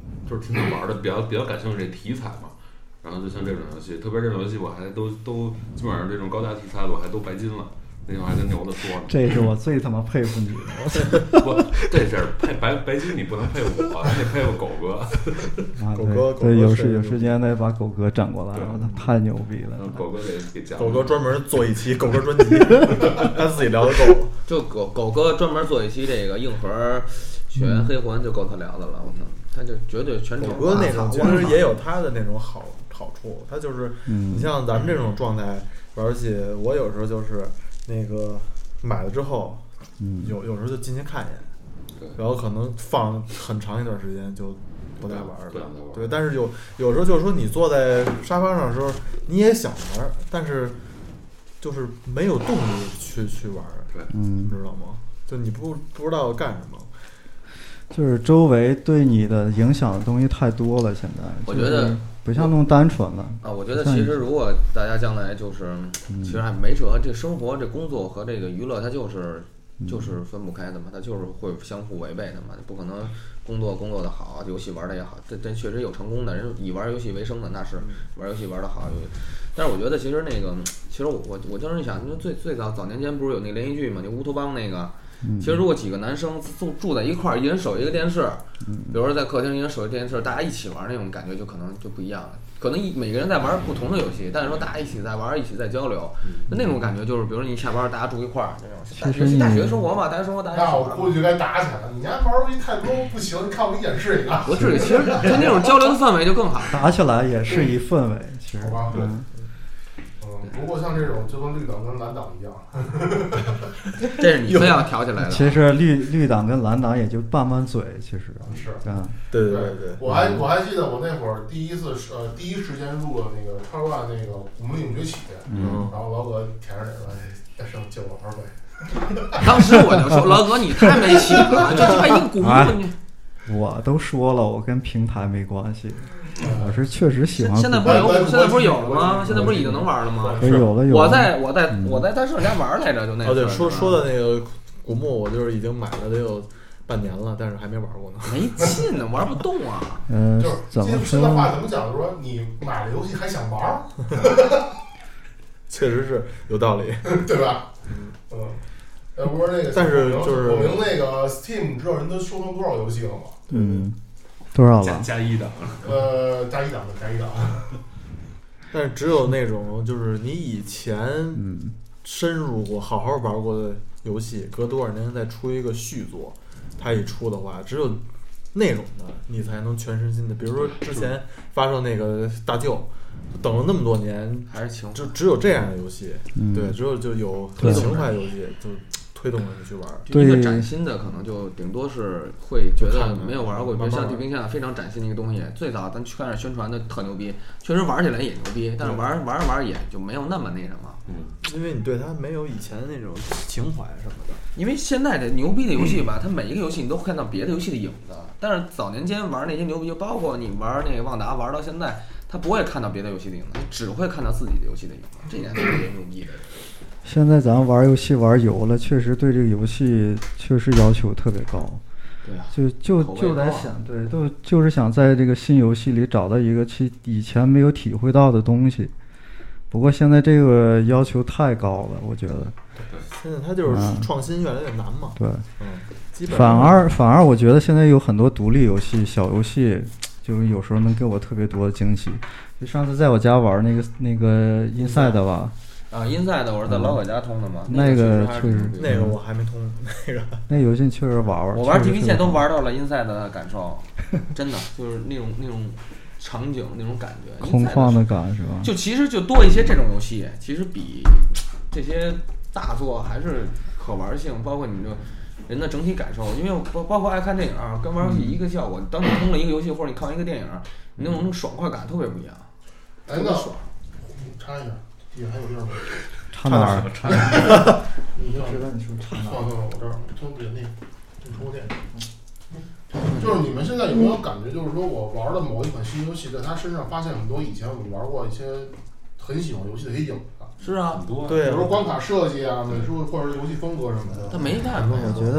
就是挺好玩的，比较比较感兴趣这题材嘛。然后就像这种游戏，特别这种游戏我还都都基本上这种高达题材的我还都白金了。那天我还跟牛子说呢， 这是我最他妈佩服你的。 不，这事儿配白白金你不能配我，得配我狗哥。 啊， 狗哥对，对，有时有时间得把狗哥整过来，我操，太牛逼了。 狗哥给给讲， 狗哥专门做一期狗哥专辑，他自己聊的够。 就狗狗哥专门做一期这个硬核血缘黑魂就够他聊的了，我操，他就绝对全程。 狗哥那种其实也有他的那种好好处，他就是你像咱们这种状态玩游戏，我有时候就是那个买了之后，有有时候就进去看一眼，然后可能放很长一段时间就不再玩了。对，但是有有时候就是说你坐在沙发上的时候，你也想玩，但是就是没有动力去去玩。 对， 嗯， 知道吗？就你不不知道干什么。 就是周围对你的影响的东西太多了，现在我觉得不像那么单纯了啊。我觉得其实如果大家将来就是，其实还没辙，这生活、这工作和这个娱乐，它就是就是分不开的嘛，它就是会相互违背的嘛，不可能工作工作的好，游戏玩的也好，这这确实有成功的人以玩游戏为生的，那是玩游戏玩的好。但是我觉得其实那个，其实我我我就是想，就最最早早年间不是有那个连续剧嘛，就乌托邦那个。其实如果几个男生住住在一块儿，一人守一个电视，比如说在客厅一人守一个电视，大家一起玩那种感觉就可能就不一样了。可能一每个人在玩不同的游戏，但是说大家一起在玩，一起在交流，那种感觉就是，比如说你下班大家住一块儿那种，大学大学生活嘛，大学生活大家。 那我估计就该打起来了。你家玩游戏太多不行，你看我给你演示一个。 不至于，其实就那种交流的氛围就更好。 打起来也是一氛围，其实。 好吧。 嗯。 不过像这种就跟绿党跟蓝党一样， 这是你非要挑起来的。 其实绿绿党跟蓝党也就拌拌嘴，其实是啊， 对对对对。 我还我还记得我那会儿第一次呃第一时间入了那个叉 one 那个古墓丽影崛起，嗯，然后老葛舔着脸说：“哎，大圣借我玩呗。” 当时我就说：“老葛，你太没戏了，就他妈一个古墓你。” 我都说了，我跟平台没关系。我是确实喜欢。 现在不是有，现在不是有了吗？现在不是已经能玩了吗？ 有了有了。 我在我在我在大圣家玩来着，就那。 哦对，说说的那个古墓，我就是已经买了得有半年了，但是还没玩过呢。 没劲呢，玩不动啊。 嗯， 就是怎么说？ 现在话怎么讲？就是说你买了游戏还想玩， 确实是有道理， 对吧？嗯。呃，不是那个， 但是就是我明那个 Steam， 你知道人都收藏多少游戏了吗？ 嗯，多少了？加一档。 呃，加一档的，加一档。 但是只有那种就是你以前深入过、好好玩过的游戏，隔多少年再出一个续作，它一出的话，只有那种的你才能全身心的。比如说之前发售那个大舅。等了那么多年， 还是情就只有这样的游戏，嗯、对，只有就有情怀游戏，就推动人去玩。 一个崭新的，可能就顶多是会觉得没有玩过，比如像《地平线》非常崭新的一个东西。最早咱去开始宣传的特牛逼，确实玩起来也牛逼，但是玩玩着玩也就没有那么那什么。 嗯，因为你对它没有以前的那种情怀什么的。 因为现在的牛逼的游戏吧，它每一个游戏你都会看到别的游戏的影子，但是早年间玩那些牛逼，就包括你玩那个旺达，玩到现在。他不会看到别的游戏的影子，他只会看到自己的游戏的影子，这点特别牛逼的。 现在咱玩游戏玩油了，确实对这个游戏确实要求特别高。 对啊， 就就就在想，对，都就是想在这个新游戏里找到一个其以前没有体会到的东西。不过现在这个要求太高了，我觉得。 对，现在它就是创新越来越难嘛。 对， 嗯，基本反而反而我觉得现在有很多独立游戏、小游戏。就是有时候能给我特别多的惊喜，就上次在我家玩那个那个 Inside 吧， 啊 Inside 我是在老葛家通的嘛， 嗯、那个确实， 那个我还没通，那个那游戏确实玩玩， 我玩地平线都玩到了 Inside 的感受，真的就是那种那种场景那种感觉， 空旷的感是吧？ 就其实就多一些这种游戏，其实比这些大作还是可玩性，包括你就。人的整体感受，因为包包括爱看电影，跟玩游戏一个效果。当你通了一个游戏，或者你看完一个电影，你那种爽快感特别不一样，特别爽。 插一下，底下还有地儿吗？ 插哪儿？ 插哪儿？ 你就知道你说插哪儿？算了算了，我这儿真别那个，你充电。就是你们现在有没有感觉，就是说我玩的某一款新游戏，在他身上发现很多以前我们玩过一些很喜欢游戏的一些影子？ 是啊， 对， 比如说关卡设计啊、美术或者游戏风格什么的。 他没办法， 我觉得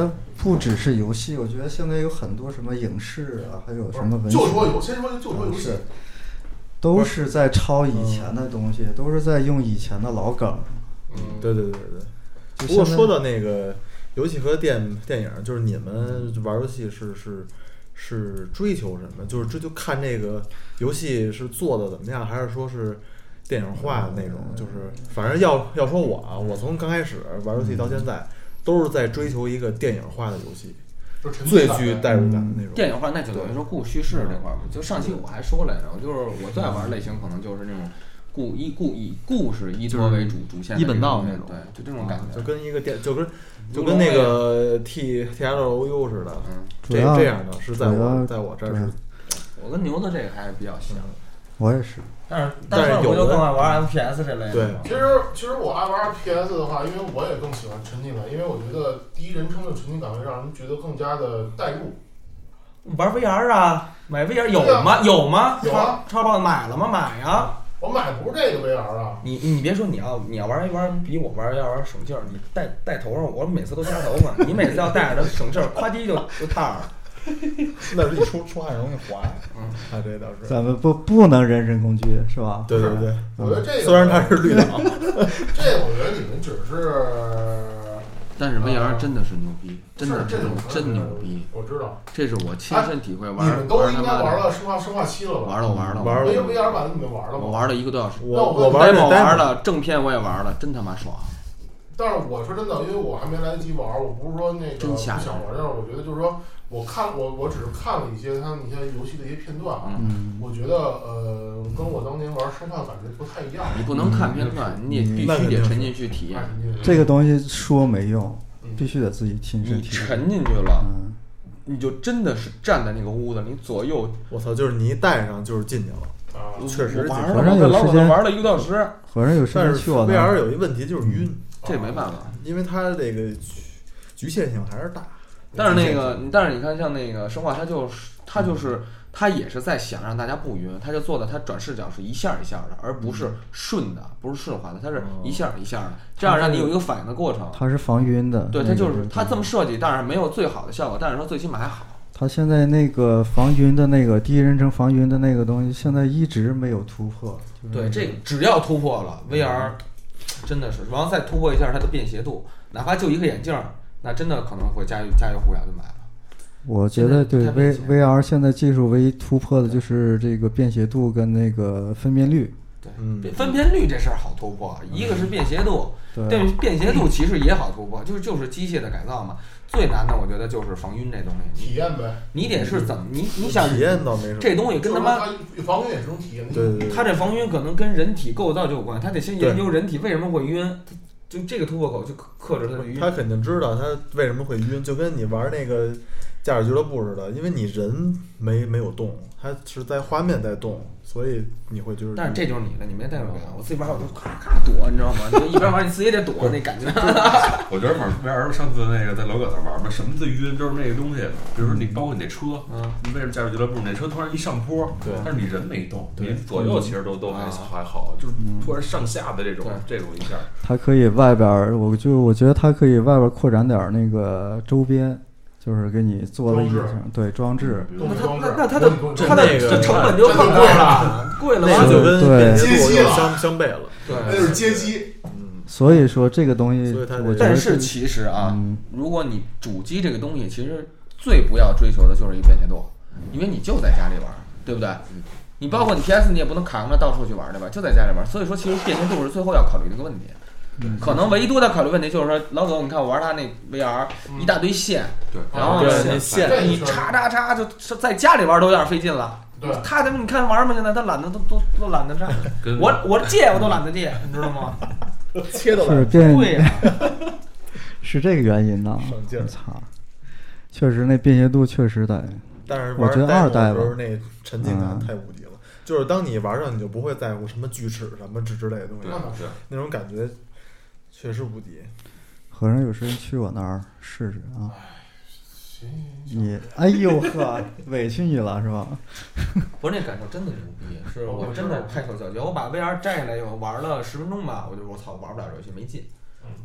不只是游戏，我觉得现在有很多什么影视啊，还有什么文学， 就说游，先说就说游戏， 都是在抄以前的东西，都是在用以前的老梗。 嗯， 对对对对。不过说到那个游戏和电电影，就是你们玩游戏是是是追求什么？就是追求看这个游戏是做的怎么样，还是说是电影化的那种？就是反正要要说我啊，我从刚开始玩游戏到现在，都是在追求一个电影化的游戏。最具代入感的那种电影化，那就等于说故叙事这块儿。就上期我还说来着，就是我最爱玩类型可能就是那种故以故以故事依托为主主线， 一本道那种， 对，就这种感觉， 就跟一个电，就跟就跟那个 T T L O U 似的， 嗯， 这这样的是在我在我这儿是， 我跟牛子这个还是比较像， 我也是。 但是但是我就更爱玩 F P S 这类的。 对， 其实其实我爱玩 F P S 的话，因为我也更喜欢沉浸感，因为我觉得第一人称的沉浸感会让人觉得更加的代入。 玩 V R 啊，买 V R 有吗？有吗？ 有啊， 超棒买了吗？买呀！ 我买不是这个 V R 啊。 你你别说你要你要玩一玩比我玩要玩省劲儿，你戴戴头上，我每次都夹头发，你每次要戴着它省劲儿，咵叽就就踏了。 那是一出出汗容易滑，嗯，啊，这倒是。 咱们不不能人身攻击，是吧？ 对对对， 我觉得这个虽然它是绿岛， 这个我觉得你们只是。 但是 V R 真的是牛逼，真的是真牛逼。 我知道， 这是我亲身体会。玩， 你们都应该玩了《生化生化七》了吧？ 玩了，玩了， 玩了。 V R 版你们玩了吗？ 我玩了一个多小时。 我我玩了，玩了正片我也玩了，真他妈爽。 但是我说真的，因为我还没来得及玩，我不是说那个不想玩，但是我觉得就是说，我看我我只是看了一些他们一些游戏的一些片段啊， 嗯， 我觉得呃跟我当年玩生化感觉不太一样。 你不能看片段，你也必须得沉浸去体验。 这个东西说没用，必须得自己亲身体验。 沉进去了，嗯，你就真的是站在那个屋子，你左右， 我操，就是你一戴上就是进去了。啊，确实， 玩了， 反正有时间玩了一个多小时， 反正有时间去我那。 V R 有一问题就是晕， 这没办法， 因为它这个局限性还是大。 但是那个，但是你看，像那个生化，它就是它就是它也是在想让大家不晕，它就做的它转视角是一下一下的，而不是顺的，不是顺滑的，它是一下一下的，这样让你有一个反应的过程。 它是防晕的， 对，它就是它这么设计，当然没有最好的效果，但是说最起码还好。 它现在那个防晕的那个第一人称防晕的那个东西，现在一直没有突破。 对，这个只要突破了 V R， 真的是，然后再突破一下它的便携度，哪怕就一个眼镜，那真的可能会家喻家喻户晓就买了。 我觉得对 V V R 现在技术唯一突破的就是这个便携度跟那个分辨率。 对，嗯、分辨率这事儿好突破，一个是便携度， 对， 便携度其实也好突破，就是就是机械的改造嘛。最难的我觉得就是防晕这东西， 体验呗。 你得是怎么你你想体验倒没什么， 这东西跟他妈防晕也是种体验。 对对对， 它这防晕可能跟人体构造就有关，他得先研究人体为什么会晕，就这个突破口就克制它的晕。 他肯定知道他为什么会晕，就跟你玩那个驾驶俱乐部似的，因为你人没没有动，它是在画面在动，所以你会就是。 但是这就是你的，你没代入感。我自己玩我就咔咔躲，你知道吗？你就一边玩你自己也得躲那感觉。 我觉得玩 V R 上次那个在楼葛那玩嘛，什么最晕就是那个东西，比如说你包括你那车，嗯，你为什么驾驶俱乐部那车突然一上坡，对，但是你人没动，你左右其实都都还还好，就是突然上下的这种这种一下。 它可以外边，我就我觉得它可以外边扩展点那个周边。就是给你做了一个对装置， 那它那那它的它的这成本就更贵了，贵了那就跟对街机相相悖了， 对， 那就是街机。 嗯，所以说这个东西，我但是其实啊，如果你主机这个东西，其实最不要追求的就是一个便携度，因为你就在家里玩，对不对？你包括你 P S 你也不能扛着到处去玩，对吧？就在家里玩，所以说其实便携度是最后要考虑的一个问题。可能唯独的考虑问题就是说，老总，你看我玩他那 V R，、嗯、一大堆线， 对， 然后那线你插插插，就是在家里玩都有点费劲了。 对， 他他妈你看玩什么现在他懒得都都都懒得站，我我借我都懒得借，你知道吗？ 切都是便对呀， 是这个原因呢。 省劲儿， 操，确实那便携度确实得。 但是我觉得二代吧， 那沉浸感太无敌了。嗯、就是当你玩上，你就不会在乎什么锯齿什么之之类的东西，那种感觉。确实无敌， 和尚有时间去我那儿试试啊！你哎呦呵，委屈你了是吧？ 不是那感受真的牛逼，是我真的拍手叫绝。我把 V R 摘下来以后玩了十分钟吧，我就我操玩不了这游戏没劲。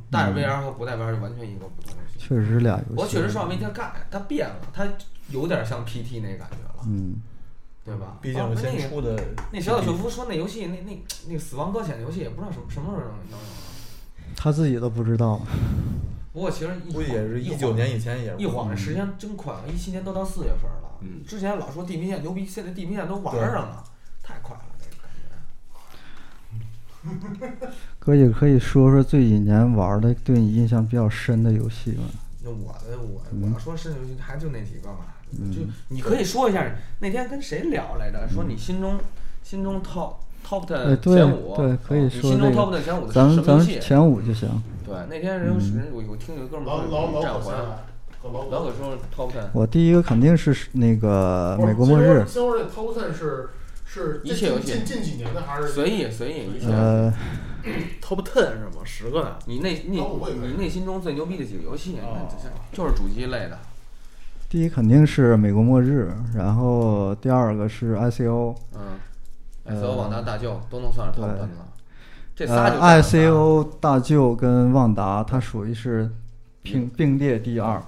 带着 V R 和不带 V R 就完全一个不同的游戏。 确实是俩游戏。 我确实上那天干，它变了，它有点像 P T 那感觉了， 嗯， 对吧？ 毕竟是先出的。 那小岛秀夫说那游戏那那那个死亡搁浅的游戏也不知道什么什么时候能能有。 他自己都不知道。 不过其实估计也是一九年以前也是。 一晃这时间真快啊！一七年都到四月份了。 嗯。 之前老说地平线牛逼，现在地平线都玩上了，太快了这个感觉。 哥也可以说说这几年玩的对你印象比较深的游戏吗？ 那我的我我要说深游戏还就那几个嘛， 嗯、 就你可以说一下那天跟谁聊来着？说你心中心中 top top ten 前五， 对，可以说、这个。 心中 top ten 前五的咱们咱们什么游戏？ 前五就行。 对，那天人人我我听有个哥们儿说战魂，老可说 top ten。 我第一个肯定是那个美国末日。 先说这 top ten 是是一切游戏近近几年的还是随意随意一切？ 呃 ，top ten 是吗？十个呢？ 你内你你内心中最牛逼的几个游戏，就是主机类的。 第一肯定是美国末日，然后第二个是 I C O。 嗯 ，I C O 旺达大舅都能算是 top ten 了。这仨就呃 I C O 大舅跟旺达，它属于是并并列第二。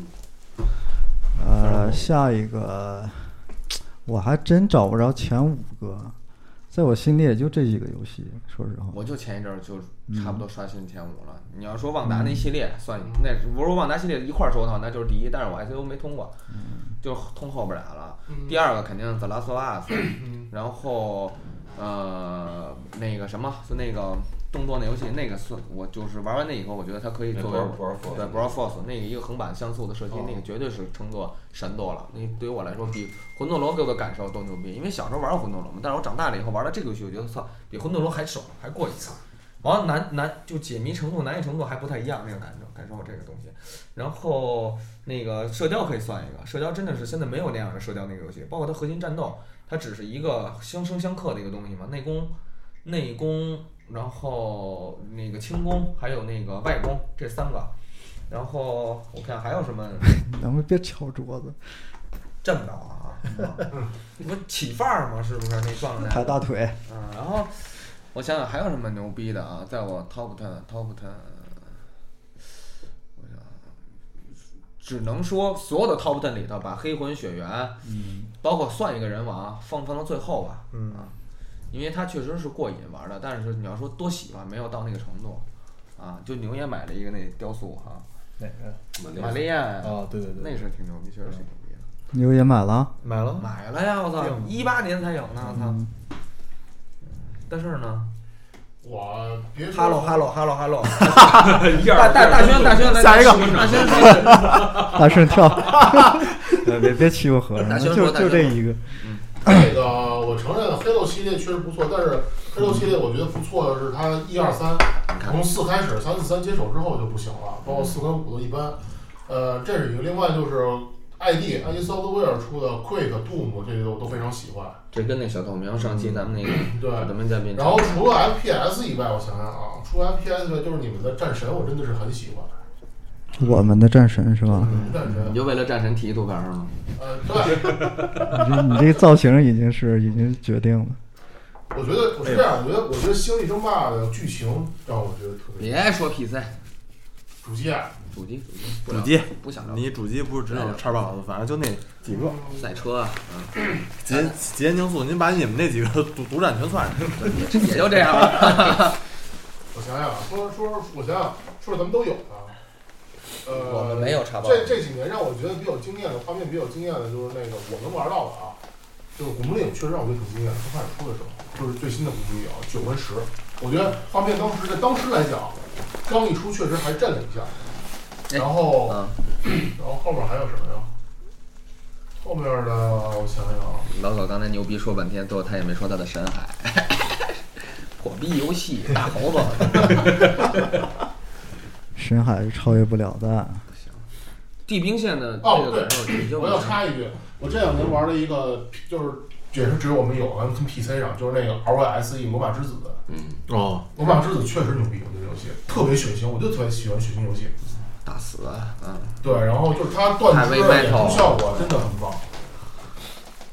呃，下一个我还真找不着前五个，在我心里也就这几个游戏，说实话。 我就前一阵儿就差不多刷新前五了。嗯、你要说旺达那系列算，那不是旺达系列一块儿收的话，那就是第一。但是我 I C O 没通过， 嗯、 就通后边俩了。 嗯、 第二个肯定是 The Last of Us，、 嗯、 然后呃那个什么是那个动作那游戏，那个算我就是玩完那以后，我觉得它可以作为对 Brawl Force 那个一个横版像素的射击，那个绝对是称作神作了。那对于我来说，比魂斗罗给我的感受都牛逼。因为小时候玩过魂斗罗嘛，但是我长大了以后玩到这个游戏，我觉得操，比魂斗罗还爽，还过瘾。完了难难就解谜程度、难易程度还不太一样，那个感受感受这个东西。然后那个射雕可以算一个，射雕真的是现在没有那样的射雕那个游戏，包括它核心战斗，它只是一个相生相克的一个东西嘛，内功、内功。然后那个轻功还有那个外功这三个，然后我看还有什么？ 咱们别敲桌子， 震到啊！你不起范儿吗？是不是那状态？ 抬大腿。 嗯，然后我想想还有什么牛逼的啊？在我 top ten top ten， 我想只能说所有的 top ten 里头，把黑魂、血缘， 嗯， 包括算一个人王放放到最后吧。 嗯啊。因为它确实是过瘾玩的，但是你要说多喜欢，没有到那个程度，啊，就牛也买了一个那雕塑哈， 哪个？ 玛利亚啊，对对对， 那是挺牛逼，确实挺牛逼的。 牛也买了？ 买了， 买了呀！我操，一八年才有呢，我操。 嗯、 但是呢， 我别哈喽哈喽哈喽哈喽，大大大轩大轩来下一个， 大轩大轩跳，别别欺负和尚，就就这一个。 嗯。 那个我承认黑豆系列确实不错，但是黑豆系列我觉得不错的是它一二三，从四开始，三四三接手之后就不行了，包括四跟五都一般。呃，这是一个，另外就是 I D I D Software 出的 Quake Doom 这些都都非常喜欢。 这跟那小透明上期咱们那个对咱们嘉宾。 然后除了 F P S 以外，我想想啊，除了 F P S 以外，就是你们的战神，我真的是很喜欢。 我们的战神是吧？ 嗯、战神， 你就为了战神提图片是吗？ 呃，对。 你这你这造型已经是已经决定了。 我觉得我是这样，我觉得我觉得《星际争霸》的剧情让我觉得特别。 别说 P C， 主机啊， 主机主机主机不想聊。 你主机不是只有叉 box，反正就那几个。 赛车啊，嗯， 极极限竞速，您把你们那几个独独占全算上， 也就这样了。 我想想，说说，我想想，说咱们都有的。呃， 我们没有叉 box。 这这几年让我觉得比较惊艳的画面，比较惊艳的就是那个我能玩到的啊，就是《古墓丽影》确实让我觉得挺惊艳。刚开始出的时候，就是最新的《古墓丽影》九跟十，我觉得画面当时在当时来讲，刚一出确实还震了一下。然后， 嗯、 然后后面还有什么呀？后面的我想想啊， 老狗刚才牛逼说半天，最后他也没说他的神海，火逼游戏大猴子。 深海是超越不了的。 不行，地平线的哦对，我要插一句，我这两年玩了一个，就是也是只有我们有，咱们 P C 上，就是那个 R Y S E 魔法之子。 嗯， 哦， 魔法之子确实牛逼，我觉得游戏特别血腥，我就特别喜欢血腥游戏。 打死啊！嗯， 对，然后就是它断肢的演出效果真的很棒。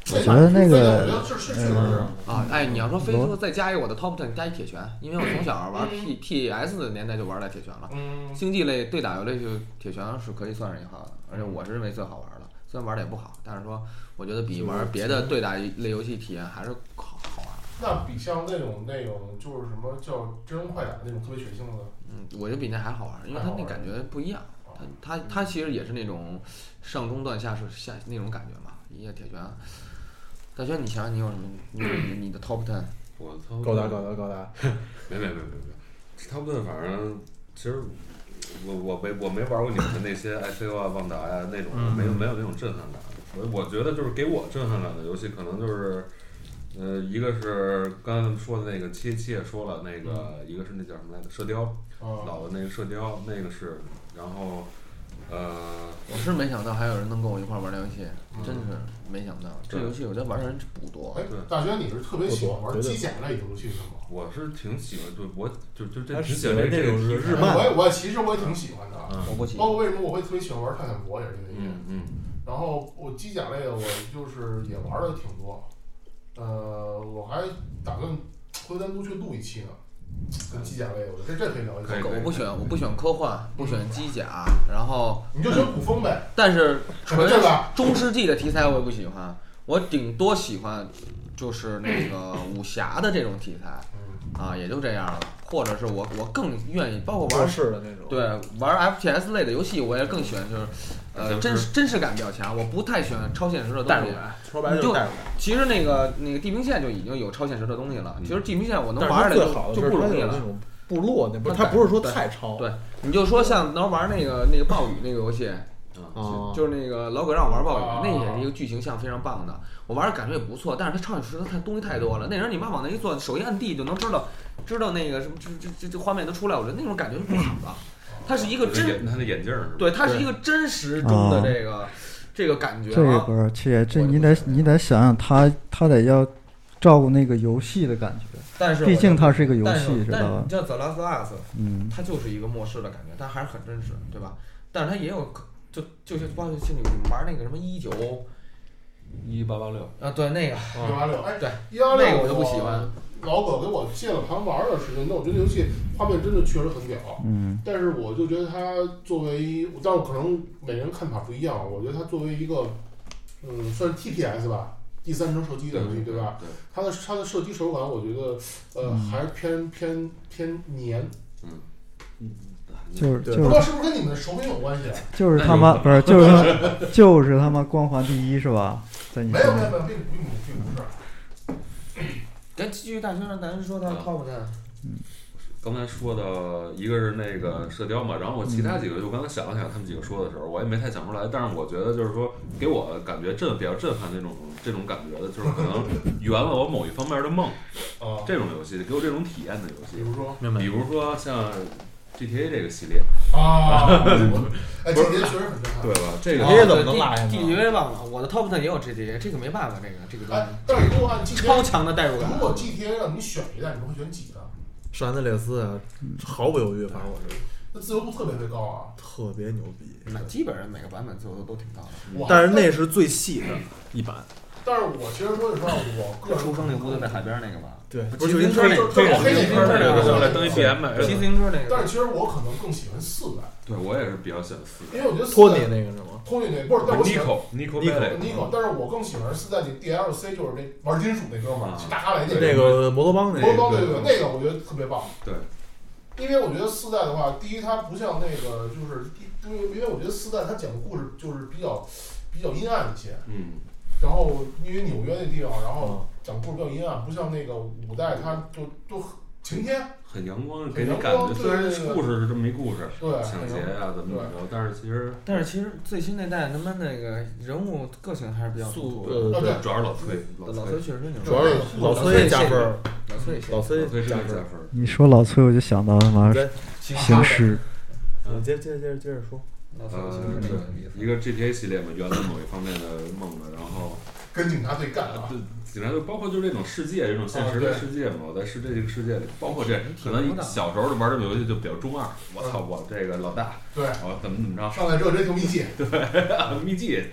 我觉得那个嗯啊，哎，你要说非说再加一个我的 top ten 加一铁拳，因为我从小玩 P T S 的年代就玩了铁拳了， 嗯， 竞技类对打游类就铁拳是可以算是一号的，而且我是认为最好玩的，虽然玩的也不好，但是说我觉得比玩别的对打类游戏体验还是好好玩。 那比像那种那种就是什么叫真人快打那种特别血腥的， 嗯，我觉得比那还好玩，因为它那感觉不一样。它它它其实也是那种上中段下是下那种感觉嘛，一个铁拳。大轩，你想想你有什么？你你你的 top ten？ 我高达高达高达， 没没没没没 ，top ten 反正其实我我没我没玩过你们的那些 I C O 啊、旺达呀那种，没有没有那种震撼感。我我觉得就是给我震撼感的游戏，可能就是呃，一个是刚才咱们说的那个七七也说了，那个一个是那叫什么来着？射雕，老的那个射雕，那个是，然后。呃， 我是没想到还有人能跟我一块玩这游戏，真是没想到。这游戏我觉得玩的人不多。 哎，大轩，你是特别喜欢玩机甲类的游戏是吗？ 我是挺喜欢，就我就就这只喜欢这种日漫。 我也我其实我也挺喜欢的， 我不喜欢。 包括为什么我会特别喜欢玩泰坦博也是这个原因。 嗯。 然后我机甲类的我就是也玩的挺多，呃，我还打算回单独去录一期呢。跟机甲类的，我这这可以聊一下。 我不选，我不选科幻，不选机甲，然后你就选古风呗。 但是纯这个中世纪的题材我也不喜欢，我顶多喜欢就是那个武侠的这种题材，啊，也就这样了。或者是我我更愿意，包括玩式的那种， 对，玩 F P S 类的游戏，我也更喜欢就是呃真真实感比较强，我不太喜欢超现实的东西。 代入感，说白了就是代入感。 其实那个那个地平线就已经有超现实的东西了，其实地平线我能玩的就就不容易了。 部落那不是，它不是说太超。 对，你就说像能玩那个那个暴雨那个游戏。 啊， 就是那个老葛让我玩暴雨，那也是一个剧情向非常棒的，我玩的感觉也不错，但是它超现实的太东西太多了。那人你妈往那一坐，手一按 D 就能知道，知道那个什么这这这这画面都出来，我觉得那种感觉是不好的。它是一个真， 他的眼镜对，它是一个真实中的这个这个感觉。 这个不是，这这你得你得想想，他他得要照顾那个游戏的感觉。 但是毕竟它是一个游戏，知道吧？ 你像 The Last of Us， 嗯， 它就是一个末世的感觉，但还是很真实，对吧？但是它也有。就就是包括像你们玩那个什么一九一八八六啊，对那个一八八六，哎， 对一八六那个我就不喜欢。 老葛给我借了盘玩的时间，那我觉得游戏画面真的确实很屌。 嗯。 但是我就觉得它作为，但我可能每个人看法不一样。我觉得它作为一个，嗯，算是 T P S 吧，第三人称射击的游戏，对吧？ 对。 它的它的射击手感，我觉得呃、嗯、还是偏偏偏黏。 嗯。嗯。 就是就是， 不知道是不是跟你们的手柄有关系？ 就是他妈不是，就是他就是他妈光环第一是吧？在你没有没有没有，并并并不是。 咱继续大学让咱说他 top 的。 嗯。 刚才说的一个是那个射雕嘛，然后我其他几个，我刚才想了想，他们几个说的时候，我也没太想出来。但是我觉得就是说，给我感觉震比较震撼那种这种感觉的，就是可能圆了我某一方面的梦。 哦。 这种游戏给我这种体验的游戏， 比如说， 比如说像。G T A 这个系列啊，哎 ，G T A 确实很震撼， 对吧？这个 G T A 怎么能落下呢 ？G T A 忘了，我的 Top 十也有 G T A， 这个没办法，这个这个东西。 但是如果按 G T A 超强的代入感。 如果 G T A 让你选一代，你会选几个？ 圣安德烈斯啊，毫不犹豫，反正我是。 那自由度特别特别高啊， 特别牛逼。 那基本上每个版本自由度都挺高的。 但是那是最细的一版。 但是我其实说实话，我个人出生那屋子在海边那个吧。 对， 不是自行车那个， 黑自行车那个， 上来登一 B M， 骑自行车那个。 但是其实我可能更喜欢四代。 对，我也是比较喜欢四代， 因为我觉得托尼那个是吗？ 托尼那不是，但我喜欢 Nico Nico Nico， 但是我更喜欢四代那 D L C， 就是那玩金属那哥们儿，大哈雷那那个摩托帮那个。摩托帮对对，那个我觉得特别棒。 对。 因为我觉得四代的话，第一它不像那个就是因为因为我觉得四代它讲的故事就是比较比较阴暗一些。 嗯。 然后因为纽约那地方，然后讲故事比较阴暗，不像那个五代，它就就晴天， 很阳光，给你感觉。虽然故事是这么一故事， 对， 抢劫啊怎么怎么着，但是其实， 但是其实最新那代他们那个人物个性还是比较素， 呃， 对， 主要是老崔， 老崔确实牛， 主要是老崔加分， 老崔老崔加分。 你说老崔，我就想到他妈行尸。 嗯，接接接接着说。 呃，对，一个 G T A 系列嘛，圆了某一方面的梦嘛，然后跟警察对干啊， 对，警察就包括就是这种世界，这种现实的世界嘛，我在世这个世界里，包括这可能小时候玩这种游戏就比较中二，我操，我这个老大， 对， 我怎么怎么着， 上来之后这就秘籍， 对，秘籍，对，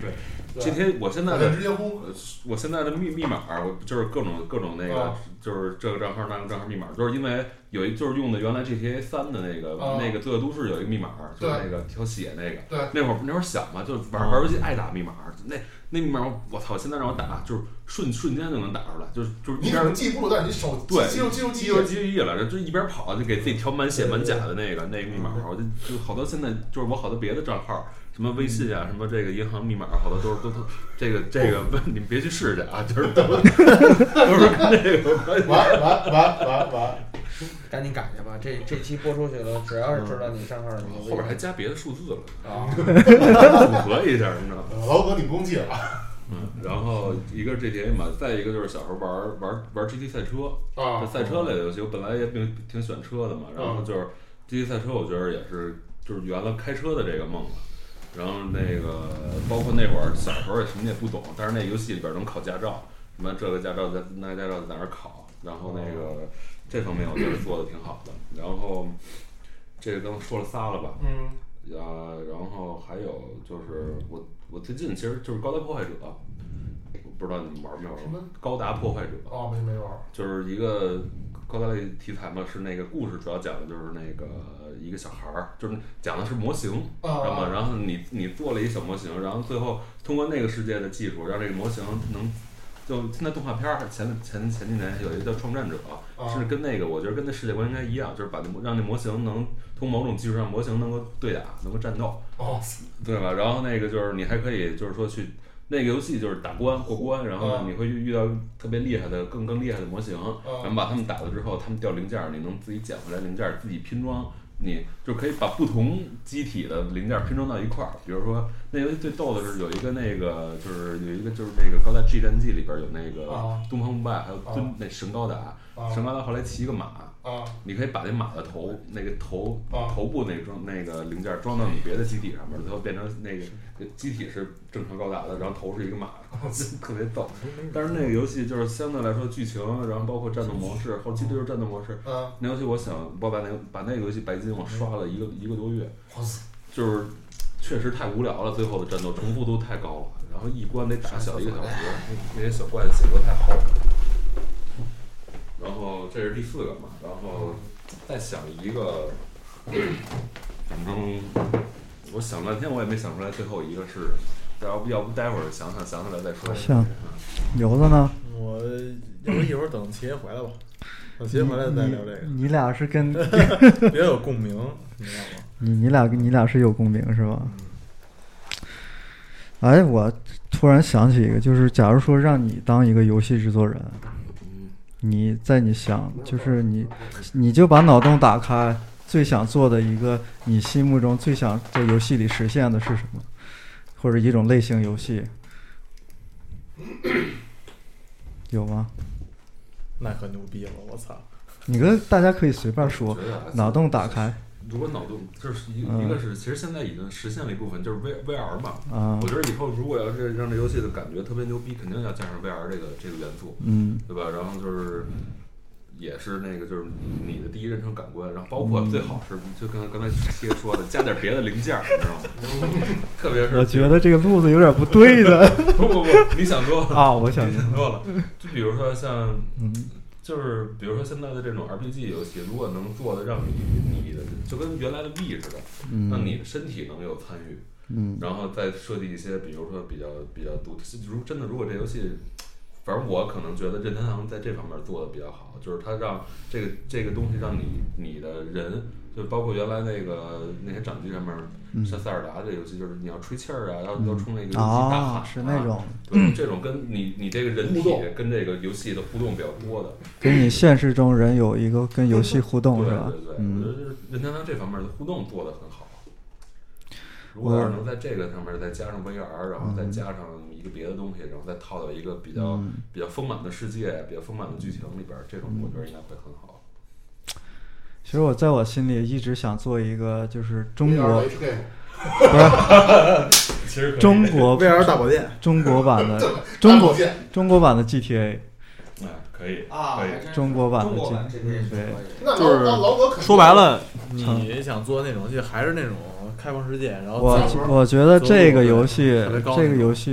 G T A 我现在的直接呼， 我现在的密密码，我就是各种各种那个， 啊、 就是这个账号那个账号密码，就是因为有一就是用的原来 G T A 三的那个、啊、那个罪恶都市有一个密码，就是那个条血那个， 对， 那会儿那会儿小嘛，就玩玩游戏爱打密码，那那密码我操，现在让我打就是瞬瞬间就能打出来，就是就是一边记不住，但是你手对肌肉肌肉肌肉记忆了，就一边跑就给自己调满血满甲的那个那个密码，我就就好多现在就是我好多别的账号。什么微信啊，什么这个银行密码，好多都是都都这个这个，你们别去试去啊，就是都都是跟这个完完完完完， 赶紧改去吧，这这期播出去了，只要是知道你账号，你后边还加别的数字了啊， 组合一下，你知道吗？ 老哥，你不用记了。 嗯，然后一个 G T A 嘛，再一个就是小时候玩玩玩 G T 赛车啊， 这赛车类的游戏，我本来也挺挺喜欢车的嘛，然后就是 G T 赛车，我觉得也是就是圆了开车的这个梦了。然后那个包括那会儿小时候也什么也不懂，但是那游戏里边能考驾照，什么这个驾照在那个驾照在哪儿考，然后那个这方面我觉得做的挺好的。然后这个刚说了仨了吧？ 嗯。 啊，然后还有就是我我最近其实就是高达破坏者，我不知道你们玩没玩过？高达破坏者。 哦，没没玩。 就是一个高达类题材嘛，是那个故事主要讲的就是那个。一个小孩儿，就是讲的是模型，知道吗？然后你你做了一小模型，然后最后通过那个世界的技术，让这个模型能，就现在动画片儿前前前几年有一个叫《创战者》，是跟那个我觉得跟那世界观应该一样，就是把那让那模型能通某种技术让模型能够对打，能够战斗， 哦， 对吧？然后那个就是你还可以就是说去那个游戏就是打关过关，然后呢你会遇到特别厉害的更更厉害的模型，然后把他们打了之后，他们掉零件，你能自己捡回来零件自己拼装。你就可以把不同机体的零件拼装到一块儿，比如说那游戏最逗的是有一个那个就是有一个就是那个高达 G 战记里边有那个东方不败，还有尊那神高达，神高达后来骑一个马，你可以把那马的头那个头头部那装那个零件装到你别的机体上面，最后变成那个机体是正常高达的，然后头是一个马，特别逗。但是那个游戏就是相对来说剧情，然后包括战斗模式，后期就是战斗模式。那游戏我想我把那个把那个游戏白金我刷了一个一个多月，就是确实太无聊了，最后的战斗重复度太高了，然后一关得打小一个小时，那些小怪的写作太厚了。然后这是第四个嘛，然后再想一个，反正我想半天我也没想出来最后一个是什么，要不要不待会儿想想想起来再说。 行，游子呢？ 我要不一会儿等齐爷回来吧，等齐爷回来再聊这个。 你俩是跟比较有共鸣，你知道吗？ 你你俩你俩是有共鸣是吧？哎，我突然想起一个，就是假如说让你当一个游戏制作人，你在你想，就是你你就把脑洞打开，最想做的一个你心目中最想在游戏里实现的是什么，或者一种类型游戏，有吗？ 那可牛逼了，我操！ 你跟大家可以随便说，脑洞打开。 如果脑洞就是一、嗯、一个是，其实现在已经实现了一部分，就是 V V R 嘛。 啊。 我觉得以后如果要是让这游戏的感觉特别牛逼，肯定要加上 V R 这个这个元素， 嗯， 对吧？然后就是也是那个就是你的第一人称感官，然后包括最好是就跟刚才七爷说的，加点别的零件，你知道吗？特别是我觉得这个路子有点不对的。 不不不，你想多了啊，我想多了。就比如说像嗯。 就是比如说现在的这种 R P G 游戏，如果能做的让你你的就跟原来的 V 似的， 嗯、 让你的身体能有参与， 嗯， 然后再设计一些，比如说比较比较独特。如真的，如果这游戏，反正我可能觉得任天堂在这方面做的比较好，就是它让这个这个东西让你你的人，就包括原来那个那些掌机上面， 嗯、 像塞尔达这游戏，就是你要吹气儿啊，要要冲那个游戏大喊、啊啊，是那种， 对，这种跟你你这个人体跟这个游戏的互动比较多的， 跟你现实中人有一个跟游戏互动是吧？ 对对对， 嗯、 我觉得任天堂这方面的互动做得很好。如果要是能在这个上面再加上 V R， 然后再加上一个别的东西，然后再套到一个比较、 嗯、 比较丰满的世界、比较丰满的剧情里边，这种我觉得应该会很好。 其实我在我心里一直想做一个，就是中国，不是，其实中国 V R 大保健， 中国版的中国中国版的 G T A。 哎，可以啊， 可以， 中国版的 G T A， 对， 就是说白了，你想做那种游戏，还是那种开放世界，然后我我觉得这个游戏，这个游戏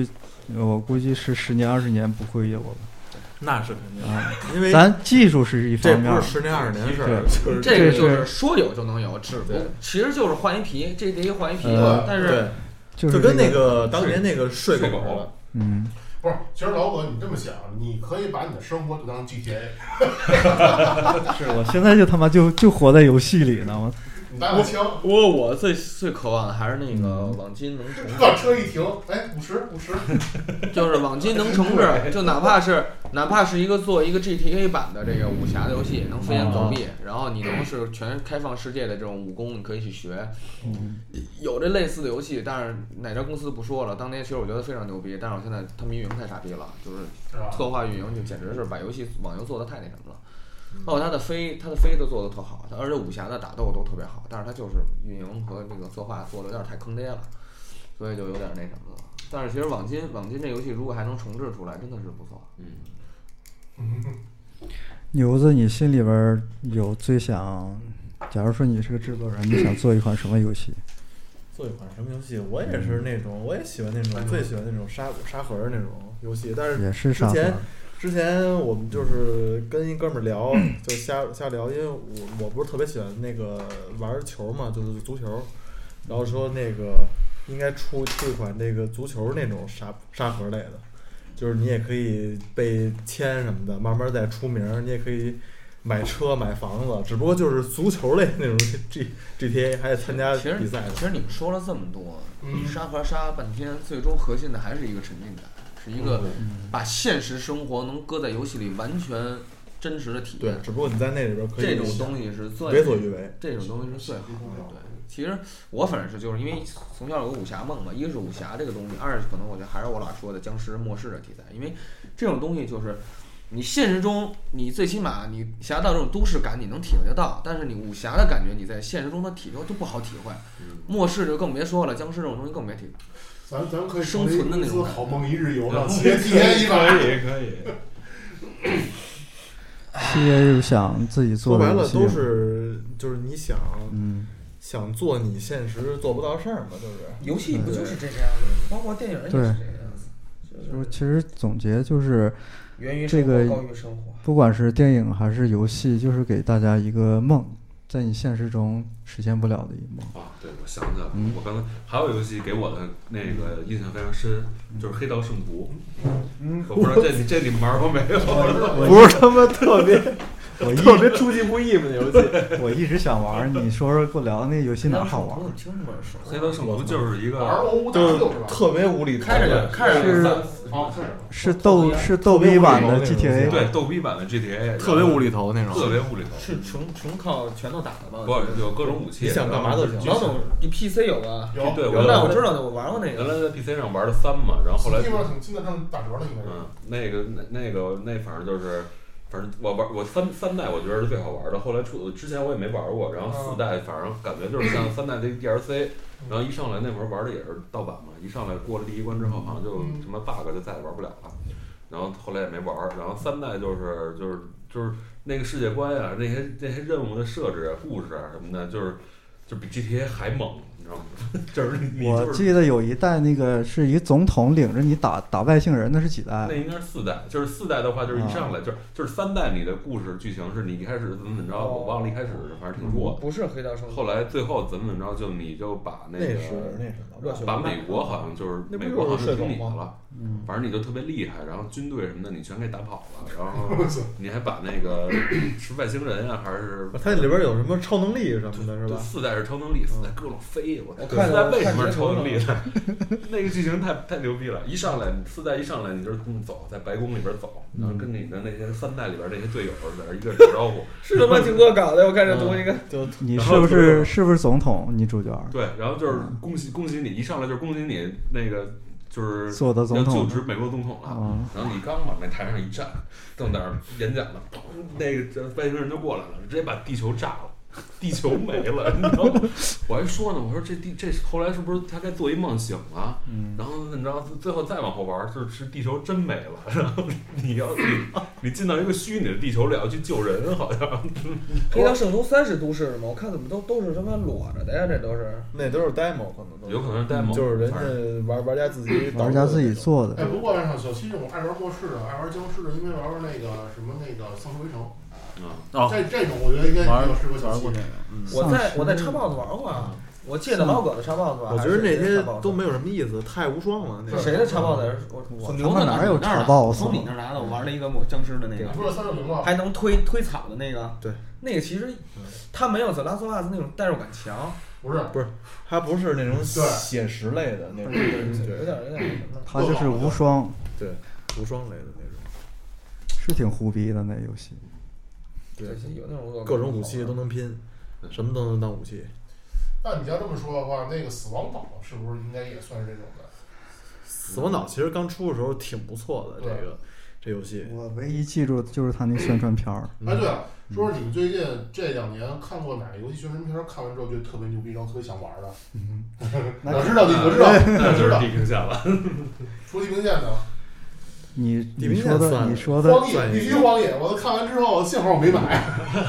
我估计是十年二十年不会有了。 那是肯定啊， 因为咱技术是一方面， 这不是十年二十年的事儿， 就是这个就是说有就能有，只不其实就是换一皮，这得换一皮， 呃、 但是就就跟那个当年那个睡狗似的， 嗯。 不是，其实老葛，你这么想，你可以把你的生活就当 G T A。 是我现在就他妈就就活在游戏里呢，我。 你打把枪。 不过我最最渴望的还是那个网金能重置。 把车一停，哎，五十五十。 就是网金能重置，就哪怕是哪怕是一个做一个 G T A 版的这个武侠的游戏，能飞檐走壁，然后你能是全开放世界的这种武功，你可以去学。有这类似的游戏，但是哪家公司不说了。当年其实我觉得非常牛逼，但是我现在他们运营太傻逼了，就是策划运营就简直是把游戏网游做的太那什么了。包括他的飞，他的飞都做的特好，而且武侠的打斗都特别好，但是他就是运营和那个策划做的有点太坑爹了，所以就有点那什么了。但是其实网金网金这游戏如果还能重置出来，真的是不错。 嗯。 牛子，你心里边有最想，假如说你是个制作人，你想做一款什么游戏？ 做一款什么游戏？我也是那种，我也喜欢那种，最喜欢那种沙沙盒那种游戏，但是也是沙盒。 之前之前我们就是跟一哥们儿聊，就瞎瞎聊，因为我我不是特别喜欢那个玩球嘛，就是足球，然后说那个应该出出一款那个足球那种沙沙盒类的，就是你也可以被签什么的，慢慢再出名，你也可以买车买房子，只不过就是足球类那种 G G T A 还得参加比赛的。 其实你们说了这么多，嗯、沙盒沙半天，最终核心的还是一个沉浸感。是一个把现实生活能搁在游戏里完全真实的体验。 对，只不过你在那里边可以这种东西是最为所欲为， 这种东西是最好的。对，其实我反正是就是因为从小有个武侠梦嘛，一个是武侠这个东西，二是可能我觉得还是我老说的僵尸末世的题材，因为这种东西就是你现实中你最起码你侠盗这种都市感你能体会得到，但是你武侠的感觉你在现实中的体会就不好体会。末世就更别说了，僵尸这种东西更别体会。 咱咱可以生存的那种好梦一日游上体验一把， 可以可以。 七爷又想自己做， 说白了都是就是你想， 嗯， 想做你现实做不到事儿嘛，就是游戏不就是这个样子，包括电影也是这个样子。 就是其实总结就是这个高于生活， 不管是电影还是游戏，就是给大家一个梦，在你现实中实现不了的一梦。 啊，对，我想起来了，嗯、我刚才还有游戏给我的那个印象非常深，就是《黑道圣徒》。嗯，我不知道这你这你们玩过没有？ 不是他妈特别，我特别出其不意嘛那游戏， 我一直想玩。你说说不聊那个游戏哪好玩？ 黑道圣徒就是一个就是特别无厘头， 开着开着是是逗是逗逼版的 G T A， 对，逗逼版的 G T A， 特别无厘头那种， 特别无厘头， 是纯纯靠拳头打的吧？ 不，有各种武器， 你想干嘛都行。 老总，你 P C 有啊？ 有， 对， 那我知道的，我玩过那个。 原来在 P C 上玩的三嘛，然后后来基本上现在正打折了，应该是。 嗯，那个那那个那反正就是。反正我玩我三三代我觉得是最好玩的，后来出之前我也没玩过，然后四代反正感觉就是像三代这 D L C， 然后一上来那会儿玩的也是盗版嘛，一上来过了第一关之后好像就什么 bug 就再也玩不了了，然后后来也没玩，然后三代就是就是就是那个世界观呀、啊，那些那些任务的设置啊、故事啊什么的，就是就比 G T A 还猛。就是你我记得有一代那个是一总统领着你打打外星人，那是几代？ 那应该是四代。就是四代的话，就是一上来、啊、就是就是三代你的故事剧情是你一开始怎么怎么着，我忘了一开始反正挺弱的。 不是黑道圣徒。 后来最后怎么怎么着，就你就把那个那是那是把美国好像就是美国好像就听你的了，反正你就特别厉害，然后军队什么的你全给打跑了，然后你还把那个是外星人啊还是它里边有什么超能力什么的，是吧？ 四代是超能力，四代各种飞。我四代为什么是超能力呢？那个剧情太太牛逼了！一上来，四代一上来，你就是这么走，在白宫里边走，然后跟你的那些三代里边那些队友在这一个打招呼， 是他妈挺恶搞的。我看这东西， 就你是不是是不是总统？你主角对，然后就是恭喜恭喜你，一上来就是恭喜你那个就是做的总统要就职美国总统了。嗯、然后你刚往那台上一站，正在那儿演讲呢，那个外星人就过来了，直接把地球炸了。 地球没了，你知道吗？我还说呢，我说这地这后来是不是他该做一梦醒了？嗯，然后你知道最后再往后玩，就是地球真没了，然后你要你你进到一个虚拟的地球里要去救人，好像。 黑道圣徒三是都市的吗？我看怎么都都是什么裸着的呀？这都是那都是 demo， 可能都有可能是 demo，、嗯、 就是人家玩玩家自己玩家自己做的。 哎，不过像小七这种爱玩末世的、爱玩僵尸的，应该玩玩那个什么那个丧尸围城。 啊、 嗯，这这种我觉得应该比较适合小七。 嗯，我在我在叉 box 玩过，我借的老葛的叉 box 玩。 我觉得那些都没有什么意思，太无双了。 是谁的叉 box？我我他们哪有叉 box？ 从你那拿的，我玩了一个僵尸的那个， 不是三六零吗？ 还能推推草的那个。 对， 那个其实它没有 The Last of Us 那种代入感强。 不是不是，它不是那种写实类的那种， 有点有点什么。 它就是无双。 对，无双类的那种。 是挺胡逼的那游戏。 对， 有那种各种武器都能拼，什么都能当武器。 那你要这么说的话，那个死亡岛是不是应该也算是这种的？ 死亡岛其实刚出的时候挺不错的，这个这游戏。 我唯一记住就是它那宣传片儿。 哎，对了，说说你们最近这两年看过哪个游戏宣传片？看完之后觉得特别牛逼，然后特别想玩的？嗯，我知道，我知道，我知道。 地平线了。 除地平线呢？ 你你说的你说的荒野必须荒野，我都看完之后，幸好我没买。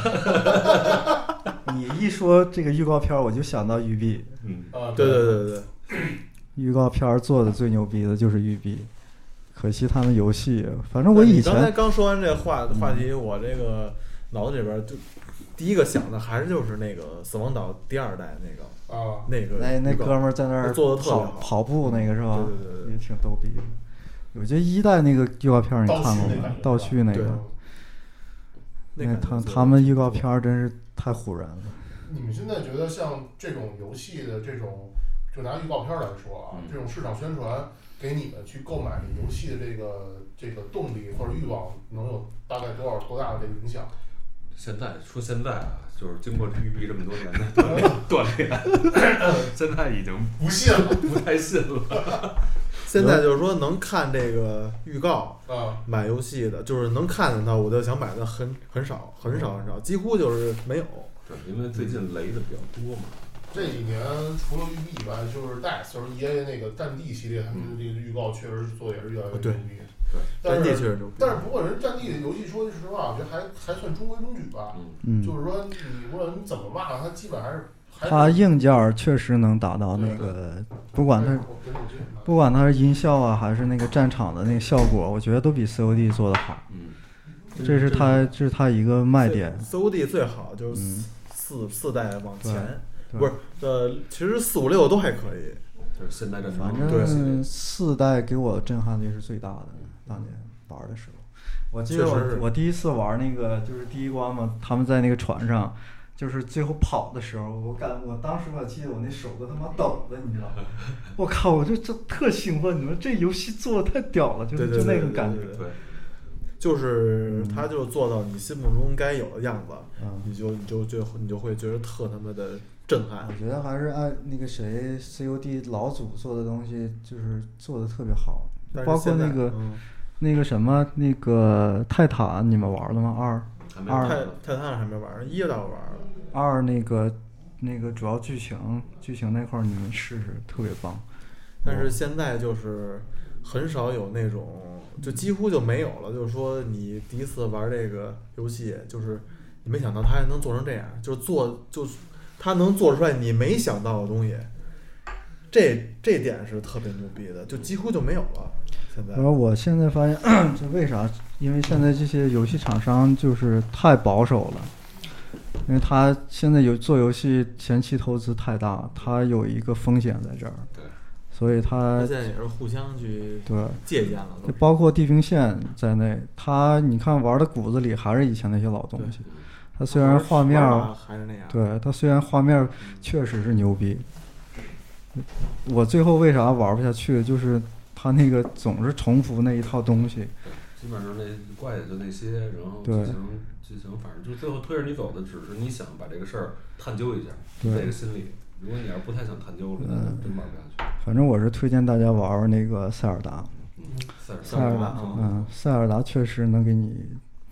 你一说这个预告片，我就想到育碧。 嗯啊， 对对对对， 预告片做的最牛逼的就是育碧，可惜他们游戏，反正我以前刚才刚说完这话话题，我这个脑子里边就第一个想的还是就是那个死亡岛第二代那个啊， 那个那那哥们儿在那儿做的特别跑跑步那个是吧？ 对对对对， 也挺逗逼的。我觉得一代那个预告片你看过吗？倒叙那个，那他他们预告片真是太唬人了。 你们现在觉得像这种游戏的这种，就拿预告片来说啊，这种市场宣传给你们去购买游戏的这个这个动力或者欲望，能有大概多少多大的这个影响？ 现在说现在啊，就是经过育碧这么多年的锻炼锻炼，现在已经不信了， 不太信了。 现在就是说能看这个预告啊， 买游戏的，就是能看见它，我就想买的很很少，很少很少，几乎就是没有。 对，因为最近雷的比较多嘛。 这几年除了育碧以外，就是 D I C E， 就是 E A 那个战地系列，他们的这个预告确实做的也是越来越牛逼。 对， 战地确实牛逼。 但是不过人战地的游戏，说句实话，我觉得还还算中规中矩吧。 嗯， 就是说你无论怎么骂它，基本还是。 它硬件确实能达到那个，不管它不管它是音效啊，还是那个战场的那个效果，我觉得都比 C O D 做的好。 嗯， 这是它这是它一个卖点。 C O D 最好就是四四代往前， 不是呃，其实四五六都还可以。 就是现在这反正四代给我震撼力是最大的，当年玩的时候。我记得我我第一次玩那个就是第一关嘛，他们在那个船上。就是最后跑的时候，我感我当时我记得我那手都他妈抖的，你知道吗？我靠，我就这特兴奋，你说这游戏做的太屌了，就是就那种感觉。 对，就是他就做到你心目中该有的样子， 嗯、 你就你就就你就会觉得特他妈的震撼。 我觉得还是按那个谁 C O D 老祖做的东西，就是做的特别好，包括那个、嗯、那个什么那个泰坦，你们玩了吗？二二泰泰坦还没玩，一倒玩了。 二那个那个主要剧情剧情那块儿你们试试，特别棒。 但是现在就是很少有那种，就几乎就没有了。就是说你第一次玩这个游戏，就是你没想到它还能做成这样，就是做就是它能做出来你没想到的东西，这这点是特别牛逼的，就几乎就没有了。现在， 然后我现在发现，这为啥？因为现在这些游戏厂商就是太保守了。因为他现在有做游戏前期投资太大，他有一个风险在这儿， 对， 所以他现在也是互相去对借鉴了， 就包括地平线在内，他你看玩的骨子里还是以前那些老东西。他虽然画面还是那样， 对他虽然画面确实是牛逼，我最后为啥玩不下去，就是他那个总是重复那一套东西。 基本上那怪的就那些，然后剧情剧情，反正就最后推着你走的，只是你想把这个事儿探究一下，这个心理。如果你要是不太想探究了，那真玩不下去。 反正我是推荐大家玩玩那个塞尔达。 嗯，塞尔塞尔达，嗯，塞尔达确实能给你，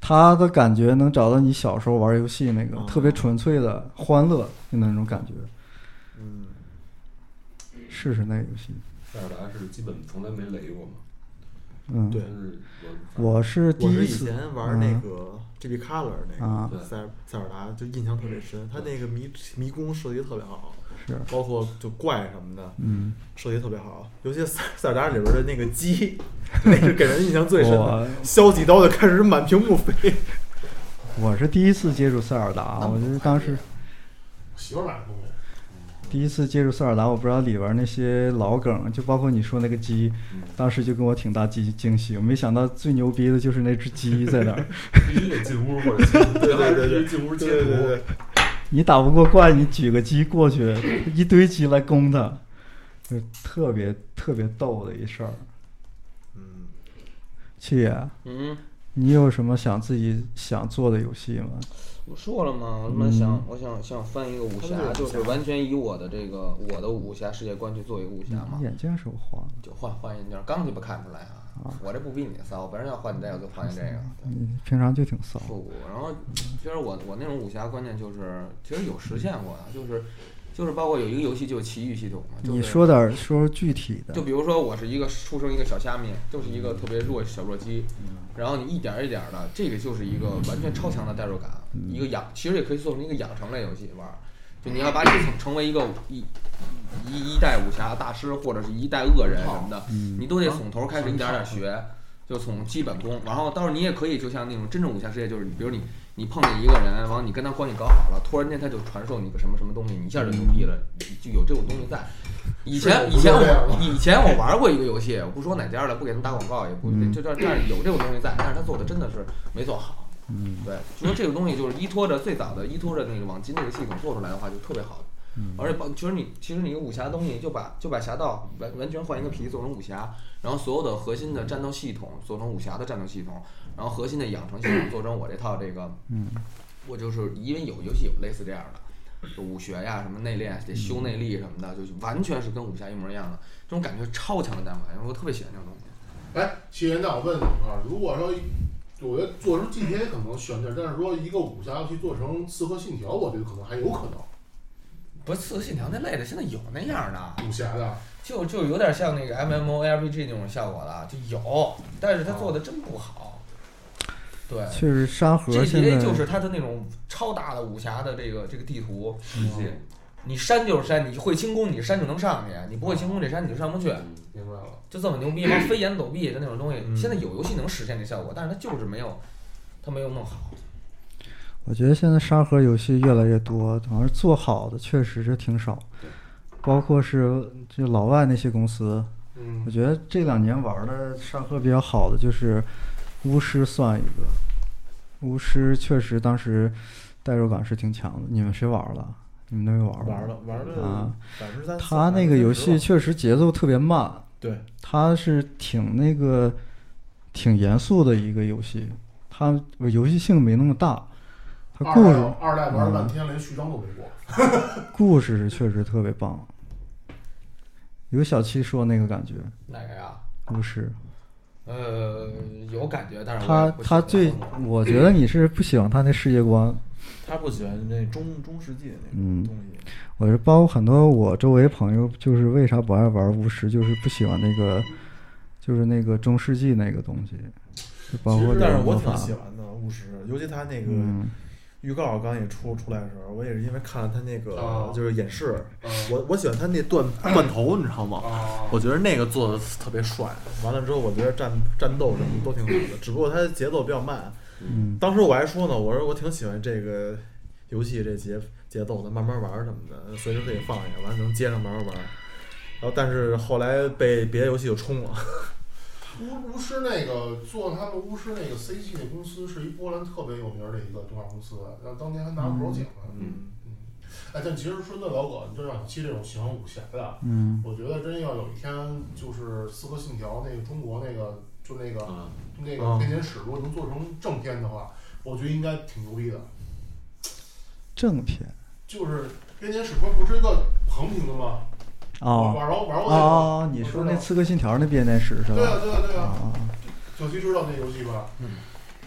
他的感觉能找到你小时候玩游戏那个、 哦、 特别纯粹的欢乐的那种感觉。 嗯， 试试那个游戏。 塞尔达是基本从来没雷过嘛。 嗯， 对， 我是第一次我是以前玩那个 G B Color 那个、 啊、 塞塞尔达，就印象特别深。他那个迷迷宫设计特别好， 是包括就怪什么的， 嗯， 设计特别好。尤其塞塞尔达里边的那个鸡，那是给人印象最深的。削几刀就开始满屏幕飞。 我是第一次接触塞尔达，我觉得当时媳妇买的东西。 第一次接触塞尔达，我不知道里边那些老梗，就包括你说那个鸡，当时就给我挺大惊惊喜。我没想到最牛逼的就是那只鸡在那儿。 必须得进屋或者进， 对对对对， 进屋切图。 你打不过怪，你举个鸡过去，一堆鸡来攻它，就特别特别逗的一事儿。 嗯， 七爷， 嗯， 你有什么想自己想做的游戏吗？ 我说了嘛，我他妈想，我想想翻一个武侠，就是完全以我的这个我的武侠世界观去做一个武侠嘛。 眼镜是我换的， 就换换眼镜，刚鸡巴看出来啊！我这不比你骚，别人要换你这个就换你这个。 你平常就挺骚。 复古，然后其实我我那种武侠观念就是，其实有实现过的，就是就是包括有一个游戏就是奇遇系统嘛。就是、 你说点说具体的。 就比如说我是一个出生一个小虾米，就是一个特别弱小弱鸡，然后你一点一点的，这个就是一个完全超强的代入感。一个养，其实也可以做成一个养成类游戏玩，就你要把你成成为一个一一一代武侠大师或者是一代恶人什么的，你都得从头开始一点点学，就从基本功，然后到时候你也可以就像那种真正武侠世界，就是你比如你你碰见一个人，然后你跟他关系搞好了，突然间他就传授你个什么什么东西，你一下就牛逼了，就有这种东西在。以前以前我以前我玩过一个游戏，我不说哪家了，不给他们打广告，也不就这但是有这种东西在，但是他做的真的是没做好。 嗯， 对，就说这个东西就是依托着最早的依托着那个网金那个系统做出来的话，就特别好。嗯，而且其实你其实你一个武侠的东西，就把就把侠盗完完全换一个皮做成武侠，然后所有的核心的战斗系统做成武侠的战斗系统，然后核心的养成系统做成我这套这个， 嗯， 我就是因为有游戏有类似这样的，就武学呀什么内练得修内力什么的，就是完全是跟武侠一模一样的，这种感觉超强的代入感，我特别喜欢这种东西。 哎，七爷，那我问你啊，如果说我觉得做成 G T A 可能悬点，但是说一个武侠游戏做成《刺客信条》，我觉得可能还有可能。 不是《刺客信条》那类的，现在有那样的武侠的， 就就有点像那个 M M O R P G 那种效果的，就有，但是他做的真不好。对， 确实沙盒现在 G T A 就是它的那种超大的武侠的这个这个地图世界， 你山就是山，你会轻功，你山就能上去；你不会轻功，这山你就上不去。 明白了。 就这么牛逼吗？飞檐走壁的那种东西， 嗯、 现在有游戏能实现这效果，但是它就是没有，它没有弄好。 我觉得现在沙盒游戏越来越多，好像做好的确实是挺少，包括是就老外那些公司。 嗯， 我觉得这两年玩的沙盒比较好的就是巫师算一个，巫师确实当时代入感是挺强的。你们谁玩了？你们那个玩玩了玩了啊！ 百分之三， 他那个游戏确实节奏特别慢， 对， 他是挺那个挺严肃的一个游戏，他游戏性没那么大。他故事二代玩半天，连序章都没过。 故事是确实特别棒。有小七说那个感觉。 哪个呀？ 巫师。 呃，有感觉，但是他他最，我觉得你是不喜欢他那世界观。 他不喜欢那中中世纪那种东西。 嗯，我是包括很多我周围朋友，就是为啥不爱玩巫师，就是不喜欢那个，就是那个中世纪那个东西。就包括但是我挺喜欢的巫师，尤其他那个。 嗯预告刚也出出来的时候，我也是因为看了他那个、 哦、 就是演示， 哦、 我我喜欢他那断断头，你知道吗？ 哦、 我觉得那个做的特别帅。完了之后，我觉得战战斗什么都挺好的，只不过它节奏比较慢。 嗯， 当时我还说呢，我说我挺喜欢这个游戏这节节奏的，慢慢玩什么的，随时可以放下，完了能接上慢慢玩。然后但是后来被别的游戏就冲了。 巫巫师那个做他们巫师那个 C G 那公司是一波兰特别有名的一个动画公司，然后当年还拿过不少奖呢。 嗯嗯，哎，但其实说那老葛，就像小七这种喜欢武侠的， 嗯， 我觉得真要有一天就是《刺客信条》那个中国那个就那个、 嗯、 那个编年史，如果能做成正片的话，我觉得应该挺牛逼的。 正片就是编年史不不是一个横屏的吗？ 哦， 玩过玩过那个哦，你说那《刺客信条》那编年史是吧？ 对啊对啊对啊。 哦、 小七知道那游戏吧？ 嗯。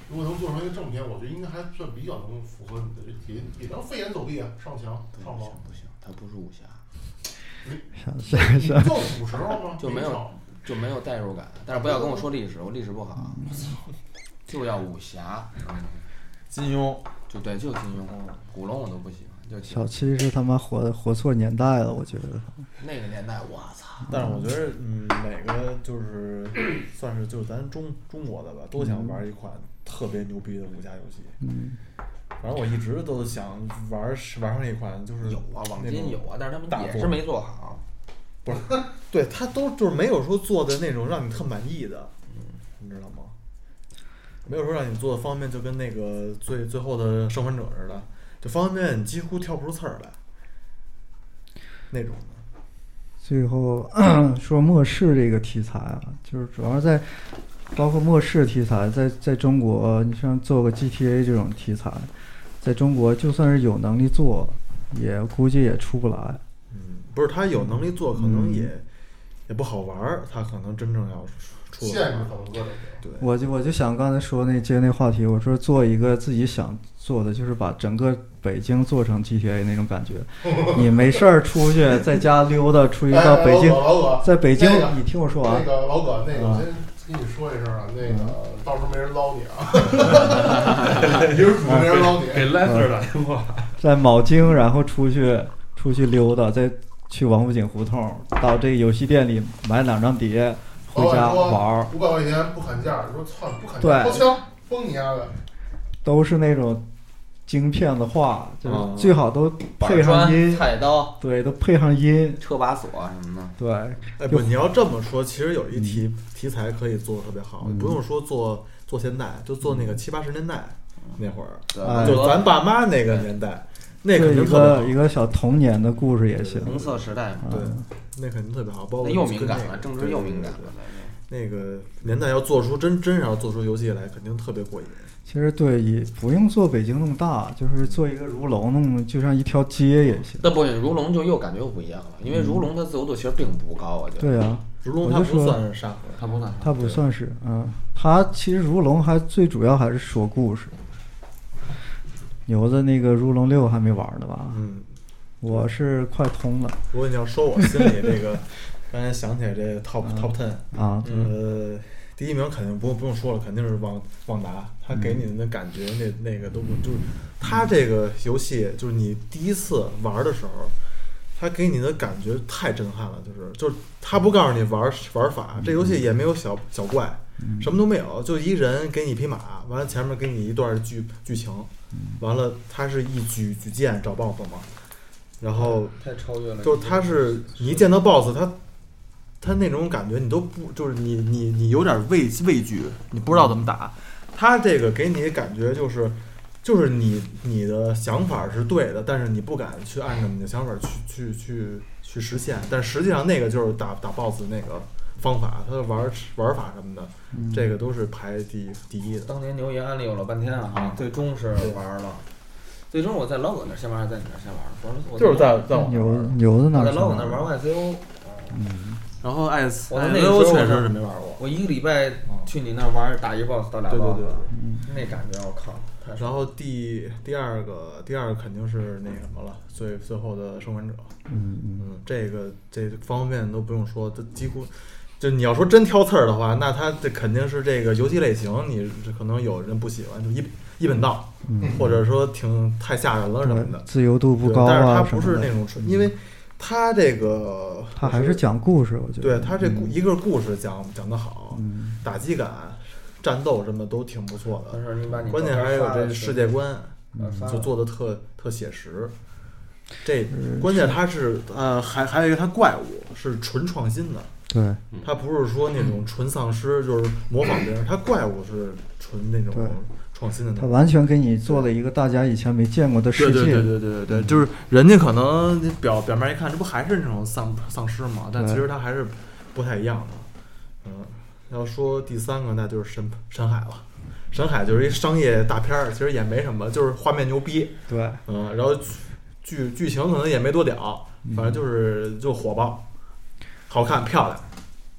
如果能做成一个正片，我觉得应该还算比较能符合你的，也也能飞檐走壁啊，上墙上楼。 不行，它不是武侠。 是是是。 就古时候吗？ 就没有就没有代入感，但是不要跟我说历史，我历史不好。就要武侠。 金庸， 就对，就金庸，古龙我都不喜欢。就小七是他妈活活错年代了，我觉得。 那个年代，我操！ 但是我觉得，嗯，每个就是算是就是咱中中国的吧，都想玩一款特别牛逼的武侠游戏。 嗯。 反正我一直都想玩玩上一款，就是有啊，网金有啊，但是他们大也是没做好。 不是，对他都就是没有说做的那种让你特满意的，嗯，你知道吗？没有说让你做的方便面就跟那个最最后的生还者似的，就方便面你几乎跳不出刺儿来，那种的。 最后说末世这个题材啊，就是主要在包括末世题材，在在中国，你像做个 G T A 这种题材，在中国就算是有能力做，也估计也出不来。 嗯，不是他有能力做，可能也、 嗯、 也不好玩儿，他可能真正要出来。 限制可能各种。 对， 我就我就想刚才说那接那话题，我说做一个自己想做的，就是把整个北京做成 G T A 那种感觉。你没事儿出去在家溜达，出去到北京， 哎、老葛在北京、 那个， 你听我说啊。 那个老葛，那个、啊、先跟你说一声啊，那个、嗯、到时候没人捞你啊，你是主没人捞你。 给 Lester 打电话。 在铆京，然后出去出去溜达，再去王府井胡同，到这个游戏店里买两张碟。回家玩五百块钱不砍价，你说操不砍价，掏枪崩你丫的！ 都是那种京片的话，就是最好都配上音， 菜刀， 对，都配上音， 车把锁什么的。 对， 哎不，你要这么说，其实有一题、嗯、题材可以做的特别好， 嗯、 不用说做做现代，就做那个七八十年代、嗯、那会儿、 哎， 就咱爸妈那个年代。那肯定一个一个小童年的故事也行， 红色时代嘛， 对，那肯定特别好，包括那又敏感了，政治又敏感了。 那个年代要做出真真要做出游戏来，肯定特别过瘾。 其实对，也不用做北京那么大，就是做一个如龙，弄就像一条街也行。 那不行，如龙就又感觉又不一样了，因为如龙它自由度其实并不高，我觉得。 对啊， 如龙它不算是沙盒， 它不算， 它不算是，嗯，它其实如龙还最主要还是说故事。牛子那个如龙六还没玩呢吧？ 嗯， 我是快通了。 如果你要说我心里这个，刚才想起来这 top、嗯、top ten 啊， 呃，第一名肯定不用不用说了，肯定是旺旺达，他给你的感觉那、嗯、那个都不就是他这个游戏就是你第一次玩的时候，他给你的感觉太震撼了，就是就是他不告诉你玩玩法，这游戏也没有小小怪。什么都没有，就一人给你一匹马，完了前面给你一段剧剧情，完了他是一举举剑找 boss 嘛，然后太超越了， 就是他是你一见到 boss， 他他那种感觉你都不就是你你你有点畏畏惧，你不知道怎么打，他这个给你的感觉就是就是你你的想法是对的，但是你不敢去按照你的想法去去去去实现，但实际上那个就是打打 boss 那个。方法，他的玩玩法什么的、嗯，这个都是排第第一的。 当年牛爷安利我了半天啊，嗯、最终是玩了。最终我在老葛那先玩，还是在你那先玩？ 就是在在我牛牛的那。 我在老葛那玩过 I C O。 嗯。然后 I C O 我那个时候确实是没玩过。 我一个礼拜去你那玩打一 boss 到俩 boss， 对对对， 嗯，那感觉我靠。 然后第第二个第二个肯定是那什么了，最最后的生还者。 嗯嗯。这个这方面都不用说，这几乎。就你要说真挑刺儿的话，那它这肯定是这个游戏类型，你可能有人不喜欢，就一一本道、 嗯， 或者说挺太吓人了什么的， 自由度不高啊。 但是它不是那种纯，因为它这个它还是讲故事，我觉得。 对它这故、嗯、一个故事讲讲得好、 嗯， 打击感、战斗什么都挺不错的。 但是你把你关键还有这世界观， 嗯、 就做的特特写实。这关键它是呃，还还有一个它怪物是纯创新的。 对， 他不是说那种纯丧尸，就是模仿别人，他怪物是纯那种创新的那种。 他完全给你做了一个大家以前没见过的世界。 对对对对对对，就是人家可能表表面一看，这不还是那种丧丧尸嘛？但其实他还是不太一样的。嗯，要说第三个，那就是深深海了。深海就是一商业大片儿，其实也没什么，就是画面牛逼。 对， 嗯，然后剧剧情可能也没多屌，反正就是就火爆。好看漂亮，嗯，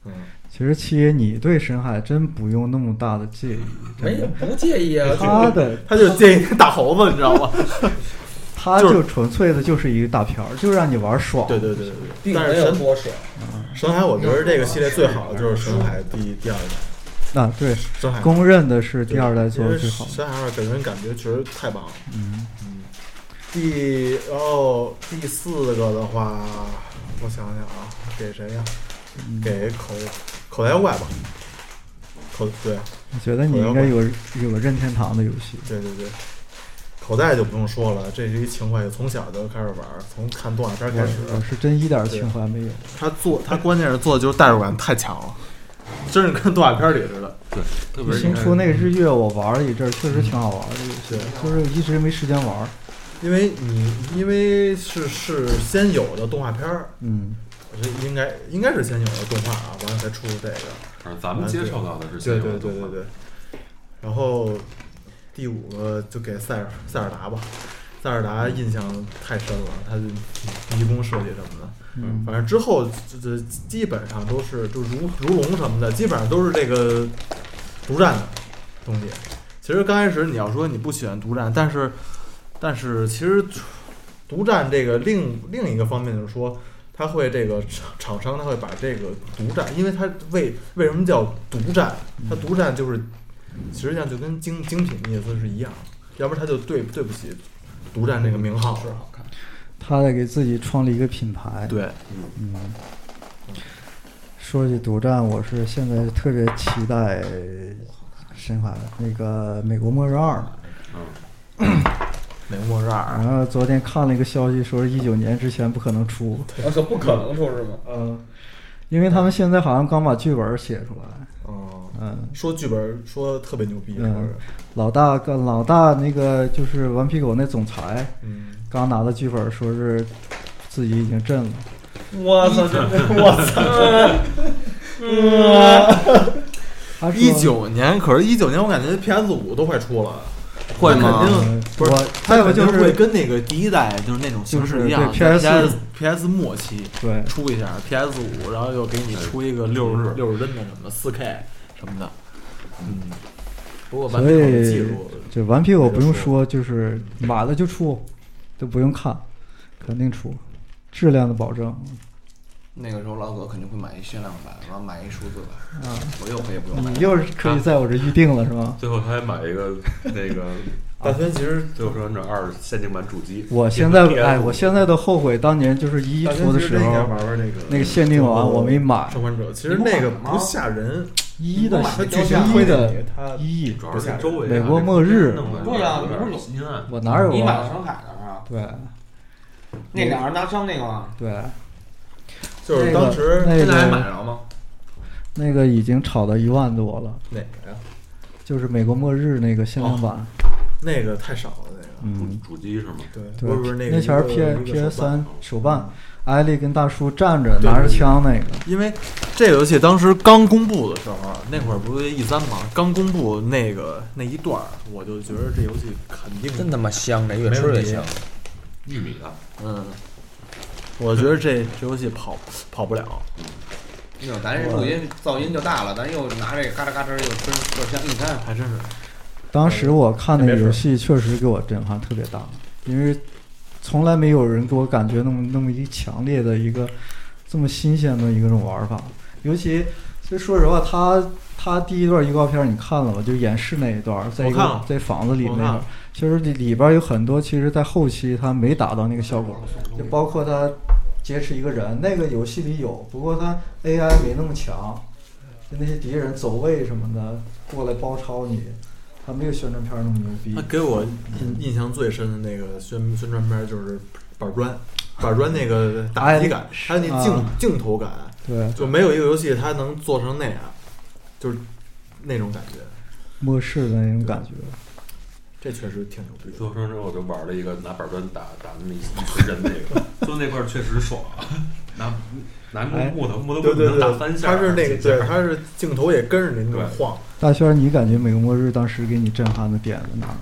其实七爷，你对深海真不用那么大的介意， 没有不介意啊。 他的他就介意大猴子，你知道吗？ 他就纯粹的就是一个大片儿，就让你玩爽。 对对对对对。但没是神有多爽。 深海，我觉得这个系列最好的就是深海第第二代。 啊，对， 深海公认的是第二代做的最好。 深海二给人感觉确实太棒了。 嗯嗯。第然后第四个的话，我想想啊，给谁呀？ 嗯、 给口口袋妖怪吧。口对。 我觉得你应该有有个任天堂的游戏。 对对对。口袋就不用说了，这是一情怀，从小就开始玩，从看动画片开始。 我是真一点情怀没有。 他做，他关键是做的就是代入感太强了，真是跟动画片里似的。 对，特别是新出那个日月，我玩了一阵，确实挺好玩的游戏，就是一直没时间玩。 因为你因为是是先有的动画片儿， 嗯， 应该应该是先有的动画啊，完了才出这个。 反正咱们接受到的是先有的动画。 对对对对。然后。第五个就给塞尔塞尔达吧，塞尔达印象太深了，他的迷宫设计什么的， 嗯， 反正之后这基本上都是就如如龙什么的，基本上都是这个独占的东西。其实刚开始你要说你不喜欢独占，但是但是其实独占这个另另一个方面就是说，他会这个厂商他会把这个独占，因为他为为什么叫独占？他独占就是。实际上就跟精精品的意思是一样，要不然他就对对不起独占这个名号。 是好看， 他得给自己创立一个品牌。 对， 嗯。说起独占，我是现在特别期待深海那个《美国末日二》。 嗯。美国末日二。 然后昨天看了一个消息，说是一九年之前不可能出。 我说不可能出是吗？ 嗯。因为他们现在好像刚把剧本写出来。 哦， 嗯， 说剧本说特别牛逼， 嗯，老大跟老大那个就是顽皮狗那总裁， 嗯， 刚拿到剧本，说是自己已经震了。 我操！ 我操！一九年，可是，一九年我感觉 P S 五都快出了， 会吗？ 肯定不是， 再不就是会跟那个第一代就是那种形式一样 ，P S P S 末期对出一下 P S 五，然后又给你出一个六十六十帧的什么四 K 什么的，嗯。不过顽皮狗的技术， 这顽皮狗不用说，就是买了就出，都不用看，肯定出，质量的保证。 那个时候老葛肯定会买一限量版，然后买一数字版， 啊， 我又可以不用买。 你又是可以在我这预定了是吗？ 最后他还买一个那个。 大轩其实最后说那二限定版主机。 我现在哎，我现在都后悔当年就是一出的时候， 玩玩那个那个限定版我没买。 生还者其实那个不吓人， 一的它剧情一的它一主要是周围美国末日。 对啊，你不是你我哪有啊？ 你买深海的是吧？ 对。 那两人拿枪那个吗？ 对。 就是当时那个现在还买着吗？ 那个已经炒到一万多了。 哪个呀？ 就是美国末日那个限量版。 那个太少了，那个。 嗯。 主机是吗？ 对。 对。 不是那个。 那前儿 P P S 三手办，艾莉跟大叔站着拿着枪那个。 因为这个游戏当时刚公布的时候，那会儿不是 E 三嘛，刚公布那个那一段，我就觉得这游戏肯定真他妈香，这越吃越香。 玉米的。 嗯。我觉得这这游戏跑跑不了。 哟，咱这录音噪音就大了，咱又拿这个嘎吱嘎吱又吃又香，你看还真是。 当时我看那个游戏确实给我震撼特别大，因为从来没有人给我感觉那么那么一强烈的一个这么新鲜的一个种玩法。尤其其实说实话，他他第一段预告片你看了吗？就演示那一段，在一个在房子里那个，其实里边有很多，其实在后期他没达到那个效果，就包括他劫持一个人，那个游戏里有，不过他 A I 没那么强，就那些敌人走位什么的过来包抄你。他没有宣传片那么牛逼。 他给我印印象最深的那个宣宣传片就是板砖，板砖那个打击感，还有那镜、啊、镜头感， 对， 就没有一个游戏它能做成那样，就是那种感觉， 末世的那种感觉。 这确实挺牛逼的。 做成之后我就玩了一个拿板砖打打那么一群人那个，就那块确实爽，拿拿木头木头棍能打三下。 他是那个对，他是镜头也跟着你那种晃。 大轩，你感觉美国末日当时给你震撼的点在哪儿？ 我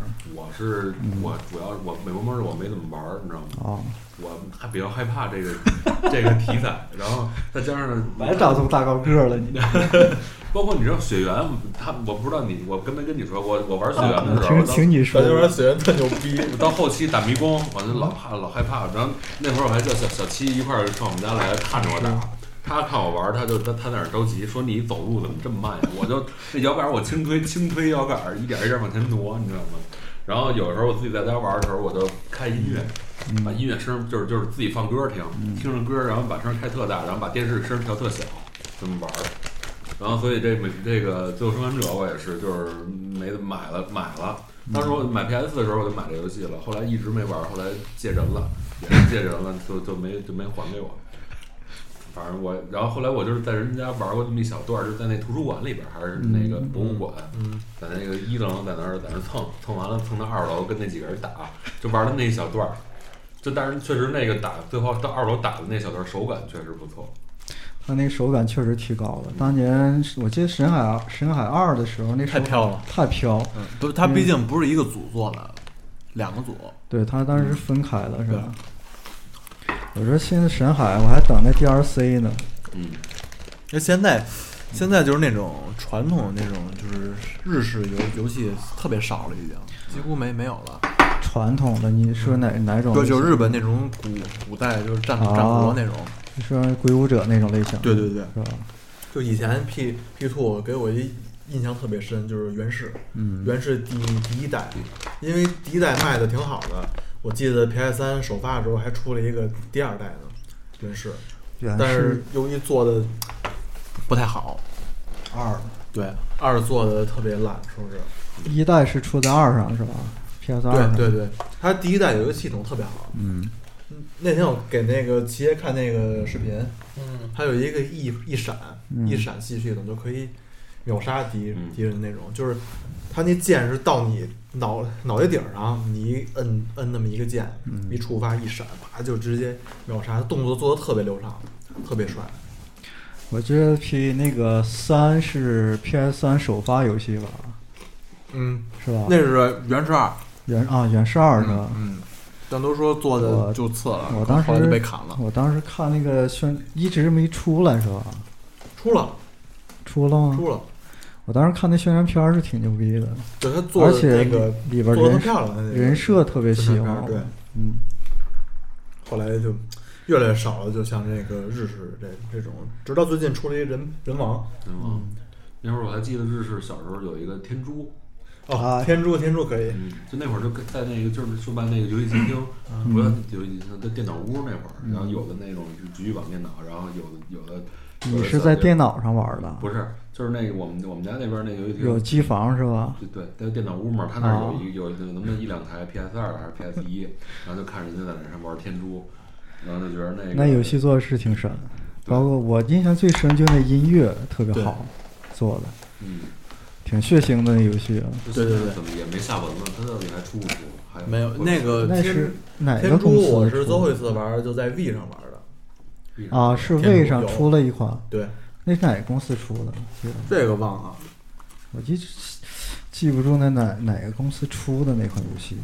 我是、嗯、我主要我美国末日我没怎么玩，你知道吗？ 哦， 我还比较害怕这个这个题材，然后再加上白长这么大高个了你。 包括你知道雪原，他我不知道你，我跟没跟你说，我我玩雪原的时候， 啊、听你说， 咱就玩雪原特牛逼。 到后期打迷宫，我就老怕老害怕。然后那会儿我还叫小小七一块儿上我们家来看着我打，他看我玩，他就他他在那儿着急，说你走路怎么这么慢呀？我就那摇杆我轻推轻推摇杆，一点一点往前挪，你知道吗？然后有时候我自己在家玩的时候，我就开音乐， 嗯、 把音乐声就是就是自己放歌听， 嗯、 听着歌，然后把声开特大，然后把电视声调特小，这么玩。然后所以这美这个《最后生还者》我也是就是没买了买了，当时我买 P S 的时候我就买这游戏了，后来一直没玩，后来借人了，也是借人了，就就没就没还给我。反正我，然后后来我就是在人家玩过这么一小段，就在那图书馆里边，还是那个博物馆， 嗯， 在那个一楼在那儿在那儿蹭蹭完了，蹭到二楼跟那几个人打，就玩了那一小段，就但是确实那个打最后到二楼打的那小段手感确实不错。 他那个手感确实提高了。当年我记得神海神海二的时候，那太飘了， 太飘。 嗯，不，他毕竟不是一个组做的，两个组。 对，他当时分开了，是吧？我说现在神海，我还等那 D L C 呢。 嗯， 那现在现在就是那种传统的那种就是日式游游戏特别少了，已经几乎没没有了。 传统的，你说哪、嗯、哪种？ 就就日本那种古古代就是战战国那种。 你说鬼武者那种类型？ 对对对， 是吧？ 就以前 P P two 给我一印象特别深，就是源氏， 嗯， 源氏第第一代，因为第一代卖的挺好的，我记得 P S 三首发的时候还出了一个第二代呢，源氏，但是由于做的不太好， 二对二做的特别烂，是不是？ 第一代是出在二上是吧 ？P S 二上， 对对对，它第一代有一个系统特别好， 嗯。 那天我给那个齐爷看那个视频， 嗯， 还有一个一一闪、 嗯、 一闪系系统就可以秒杀敌嗯、 敌人那种，就是他那剑是到你脑脑袋顶上，你一摁摁那么一个键， 嗯、 一触发一闪，啪就直接秒杀，动作做的特别流畅，特别帅。 我觉得 P 那个三是 P S 三首发游戏吧？ 嗯， 是吧？ 那是源氏二， 源啊源氏二是吧？ 嗯。嗯但都说做的就次了， 我当时就被砍了。 我当时看那个宣一直没出来是吧？ 出了， 出了吗？ 出了。 我当时看那宣传片是挺牛逼的， 对他做的那个里边人人设特别喜欢， 对， 嗯。 后来就越来越少了，就像这个日式这这种，直到最近出了一人人王。 人王，那会儿我还记得日式小时候有一个天珠。 哦，天珠天珠可以， 嗯，就那会儿就在那个就是说白那个游戏机厅，不要游戏机厅，在电脑屋那会儿，然后有的那种局域网电脑，然后有的有的。 你是在电脑上玩的？ 不是，就是那个我们我们家那边那游戏厅有机房是吧？ 对对，在电脑屋嘛，他那儿有一有能不能一两台 P S 二还是 P S 一，然后就看人家在那上玩天珠，然后就觉得那个那游戏做的是挺神，包括我印象最深就那音乐特别好做的， 嗯。 挺血腥的那游戏啊！ 对对对， 怎么也没下文了？他到底还出不出？还没有那个那是哪个公司？ 我是最后一次玩，就在 V 上玩的。 啊，是 V 上出了一款。 对， 那是哪个公司出的？ 这个忘了， 我记记不住那哪哪个公司出的那款游戏。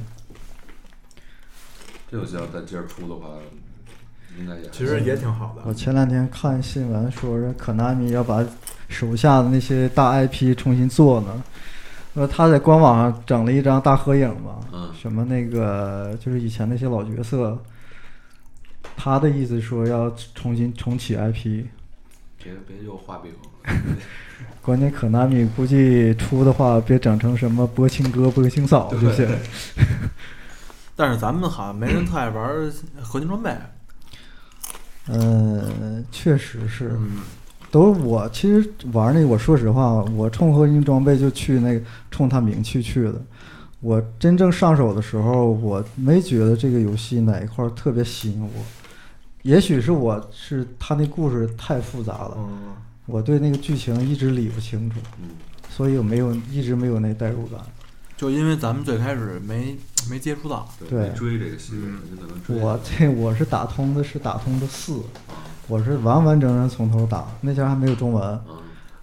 这游戏要再接着出的话，应该也其实也挺好的。 我前两天看新闻说是可纳米要把手下的那些大 I P 重新做呢，呃，他在官网上整了一张大合影嘛， 嗯， 什么那个就是以前那些老角色，他的意思说要重新重启 I P， 别别又画饼， 关键可纳米估计出的话，别整成什么波清哥、波清嫂就行。 但是咱们好像没人特爱玩合金装备。 嗯，确实是。 嗯都是我其实玩那个，我说实话，我冲合金装备就去那个冲他名气去的。我真正上手的时候，我没觉得这个游戏哪一块特别吸引我。也许是我是他那故事太复杂了， 嗯、 我对那个剧情一直理不清楚， 嗯、 所以我没有一直没有那代入感。 就因为咱们最开始没没接触到， 对， 追这个系列，你可能追。 我这我是打通的是打通的四。我是完完整整从头打，那前还没有中文，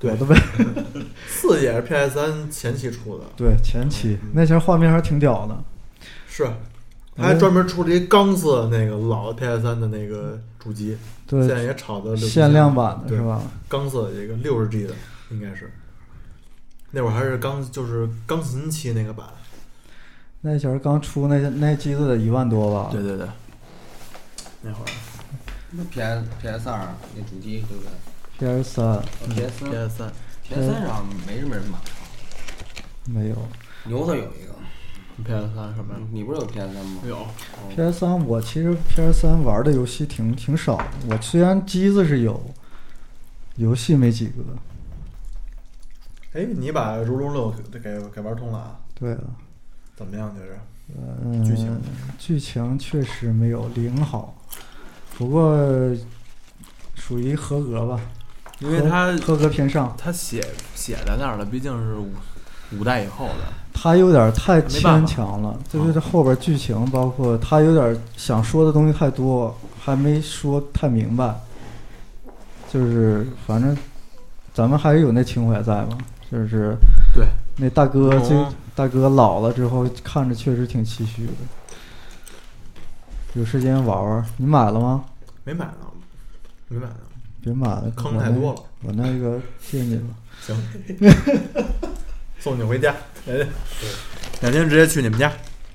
对， 都被四也是 P S 三前期出的， 对前期、嗯、那前画面还挺屌的， 是，他还专门出了一钢色那个老 P S 三的那个主机， 对， 现在也炒的限量版的是吧？ 钢色的一个六十 G 的应该是，那会儿还是钢就是钢琴期那个版， 那前刚出那那机子得一万多吧？ 对对对，那会儿。 那 P S P S 二那主机对不对 ？P S 三 ，P S 三 P S 三 P S 三上没什么人买， 没有。 牛子有一个 P S 三什么？ 你不是有 P S 三吗？ 有。 P S 三我其实 P S 三玩的游戏挺挺少的，我虽然机子是有，游戏没几个。 哎，你把《如龙六》给给玩通了啊？ 对了。 怎么样？就是嗯， 剧情剧情确实没有零好。不过属于合格吧， 因为他合格偏上， 他写写在那儿了，毕竟是五五代以后的， 他有点太牵强了，就是后边剧情包括他有点想说的东西太多，还没说太明白，就是反正咱们还是有那情怀在嘛，就是对那大哥这大哥老了之后看着确实挺唏嘘的。有时间玩玩，你买了吗？ 没买呢，没买呢。 别买了， 坑太多了。 我那个借你了。 行，送你回家。来，两天直接去你们家。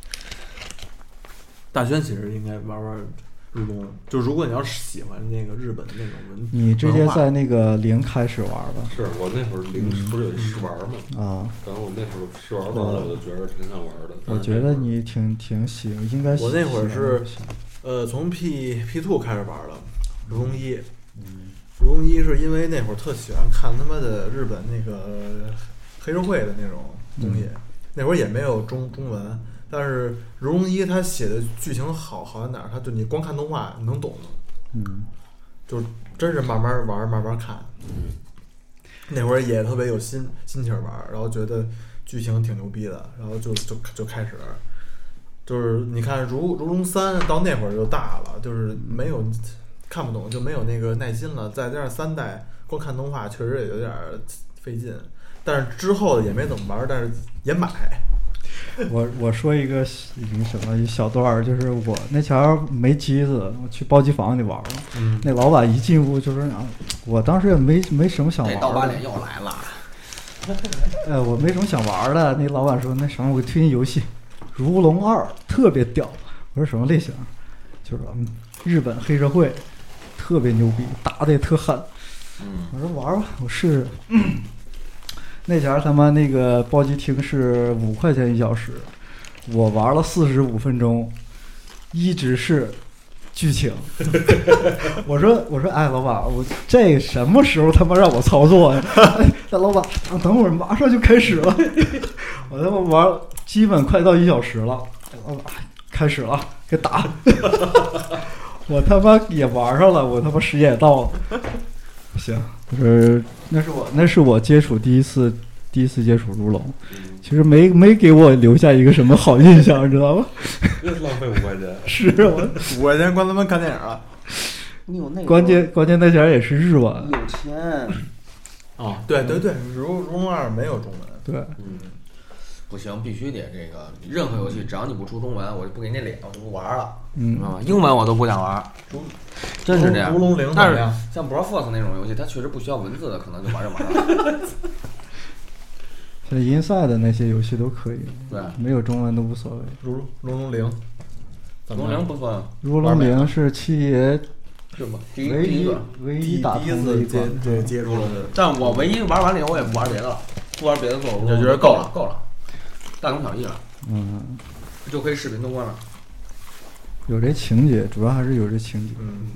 大轩其实应该玩玩日东，就如果你要是喜欢那个日本的那种文， 你直接在那个零开始玩吧。 是我那会儿零不是有试玩吗？ 啊。 然后我那会儿试玩完了，我就觉得挺想玩的。 我觉得你挺挺喜欢，应该喜。 我那会儿是，呃，从 P P two 开始玩的，如龙一。 嗯。 如龙一是因为那会儿特喜欢看他妈的日本那个黑社会的那种东西，嗯、那会儿也没有中中文。但是如龙一他写的剧情好好在哪儿？他就你光看动画你能懂， 嗯， 就真是慢慢玩慢慢看。 嗯， 那会儿也特别有心心情玩，然后觉得剧情挺牛逼的，然后就就就开始，就是你看如如龙三到那会儿就大了，就是没有看不懂，就没有那个耐心了。再加上三代光看动画确实也有点费劲，但是之后也没怎么玩，但是也买。 我我说一个一个什么一小段儿，就是我那前儿没机子，我去包机房里玩了。 嗯， 那老板一进屋就说啊，我当时也没没什么想玩的。 这刀疤脸又来了。 呃，我没什么想玩的。那老板说那什么，我给推荐游戏《如龙二》，特别屌。我说什么类型？就是嗯，日本黑社会，特别牛逼，打的也特狠。 嗯， 我说玩吧，我试试。嗯那前儿他妈那个包机厅是五块钱一小时，我玩了四十五分钟，一直是剧情。我说我说哎，老板，我这什么时候他妈让我操作呀？哎，那老板等等会儿马上就开始了。我他妈玩基本快到一小时了，老板开始了，给打。我他妈也玩上了，我他妈时间也到了。行，就是那是我那是我接触第一次第一次接触如龙，其实没没给我留下一个什么好印象，你知道吗？ 又浪费五块钱。 是我五块钱光他妈看电影了。 你有那个？ 关键关键那前也是日文。 有钱。 哦，对对对，如如龙二没有中文。 对， 嗯，不行，必须得这个。任何游戏只要你不出中文，我就不给你脸，我就不玩了。 嗯啊，英文我都不想玩。真是这样。 如龙零， 但是像 Broforce 那种游戏，它确实不需要文字的，可能就玩着玩了。 像 Inside 的那些游戏都可以， 对， 没有中文都无所谓。 如如龙零， 如龙零不错。 如龙零是七爷是吧？ 唯一唯一打通的一关， 对接触了。 但我唯一玩完了以后，我也不玩别的了，不玩别的做，我就觉得够了， 够了，大同小异了。 嗯， 就可以视频通关了。 有这情节，主要还是有这情节。 嗯。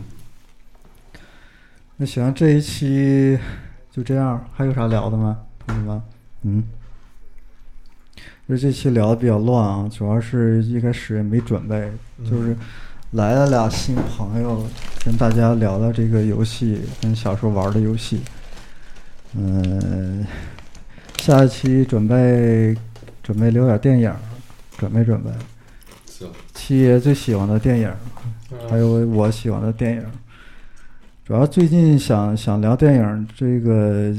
那行，这一期就这样，还有啥聊的吗，同学们？嗯。就是这期聊的比较乱啊，主要是一开始也没准备， 嗯、 就是来了俩新朋友，跟大家聊聊这个游戏，跟小时候玩的游戏。嗯，下一期准备准备留点电影，准备准备。 行。 七爷最喜欢的电影，还有我喜欢的电影。主要最近想想聊电影，这个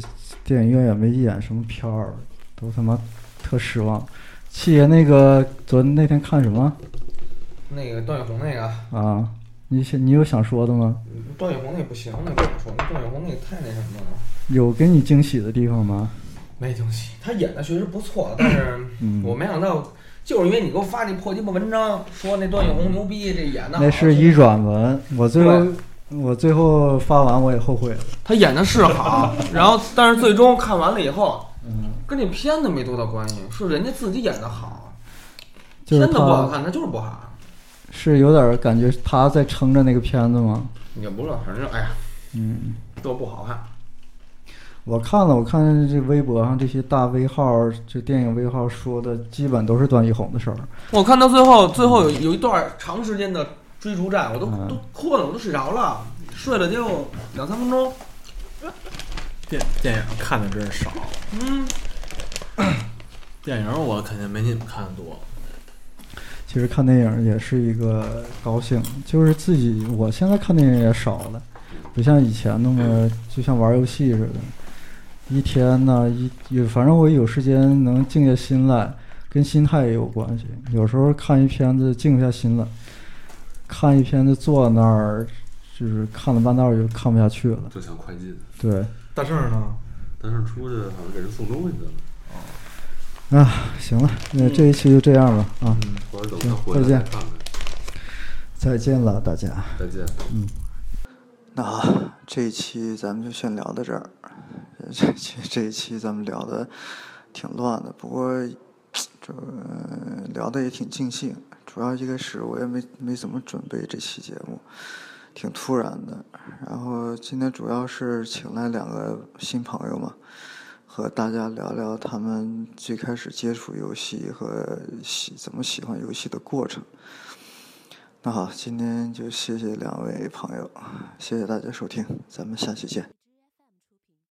电影院也没演什么片儿，都他妈特失望。七爷那个昨天那天看什么？ 那个段奕宏那个啊，你想你有想说的吗？ 段奕宏那不行，那不好说，那段奕宏那个太那什么了。 有给你惊喜的地方吗？ 没惊喜，他演的确实不错，但是我没想到，就是因为你给我发那破鸡巴文章，说那段奕宏牛逼，这演的那是一转文，我最后我最后发完我也后悔了。 他演的是好，然后但是最终看完了以后，嗯，跟这片子没多大关系，是人家自己演的好， 就是片子不好看，他就是不好。 是有点感觉他在撑着那个片子吗？ 也不是，反正哎呀， 嗯， 都不好看。 我看了，我看这微博上这些大 V 号，这电影 V 号说的基本都是段奕宏的事儿。 我看到最后，最后有有一段长时间的追逐战，我都、嗯、都困了，我都睡着了，睡了得有两三分钟。 电电影看的真是少， 嗯， 电影我肯定没你们看的多。 其实看电影也是一个高兴，就是自己，我现在看电影也少了，不像以前那么就像玩游戏似的。一天呢，一反正我有时间能静下心来，跟心态也有关系。有时候看一片子静下心来，看一片子坐那儿，就是看了半道就看不下去了， 就想快进。 对， 大圣呢？ 大圣出去好像给人送东西去了。 啊，行了，那这一期就这样吧。啊， 嗯，行， 再见，再见了，大家， 再见。 嗯，那好，这一期咱们就先聊到这儿。这期这一期咱们聊的挺乱的，不过这聊的也挺尽兴。主要一开始我也没没怎么准备这期节目，挺突然的。然后今天主要是请来两个新朋友嘛，和大家聊聊他们最开始接触游戏和喜怎么喜欢游戏的过程。那好，今天就谢谢两位朋友，谢谢大家收听，咱们下期见。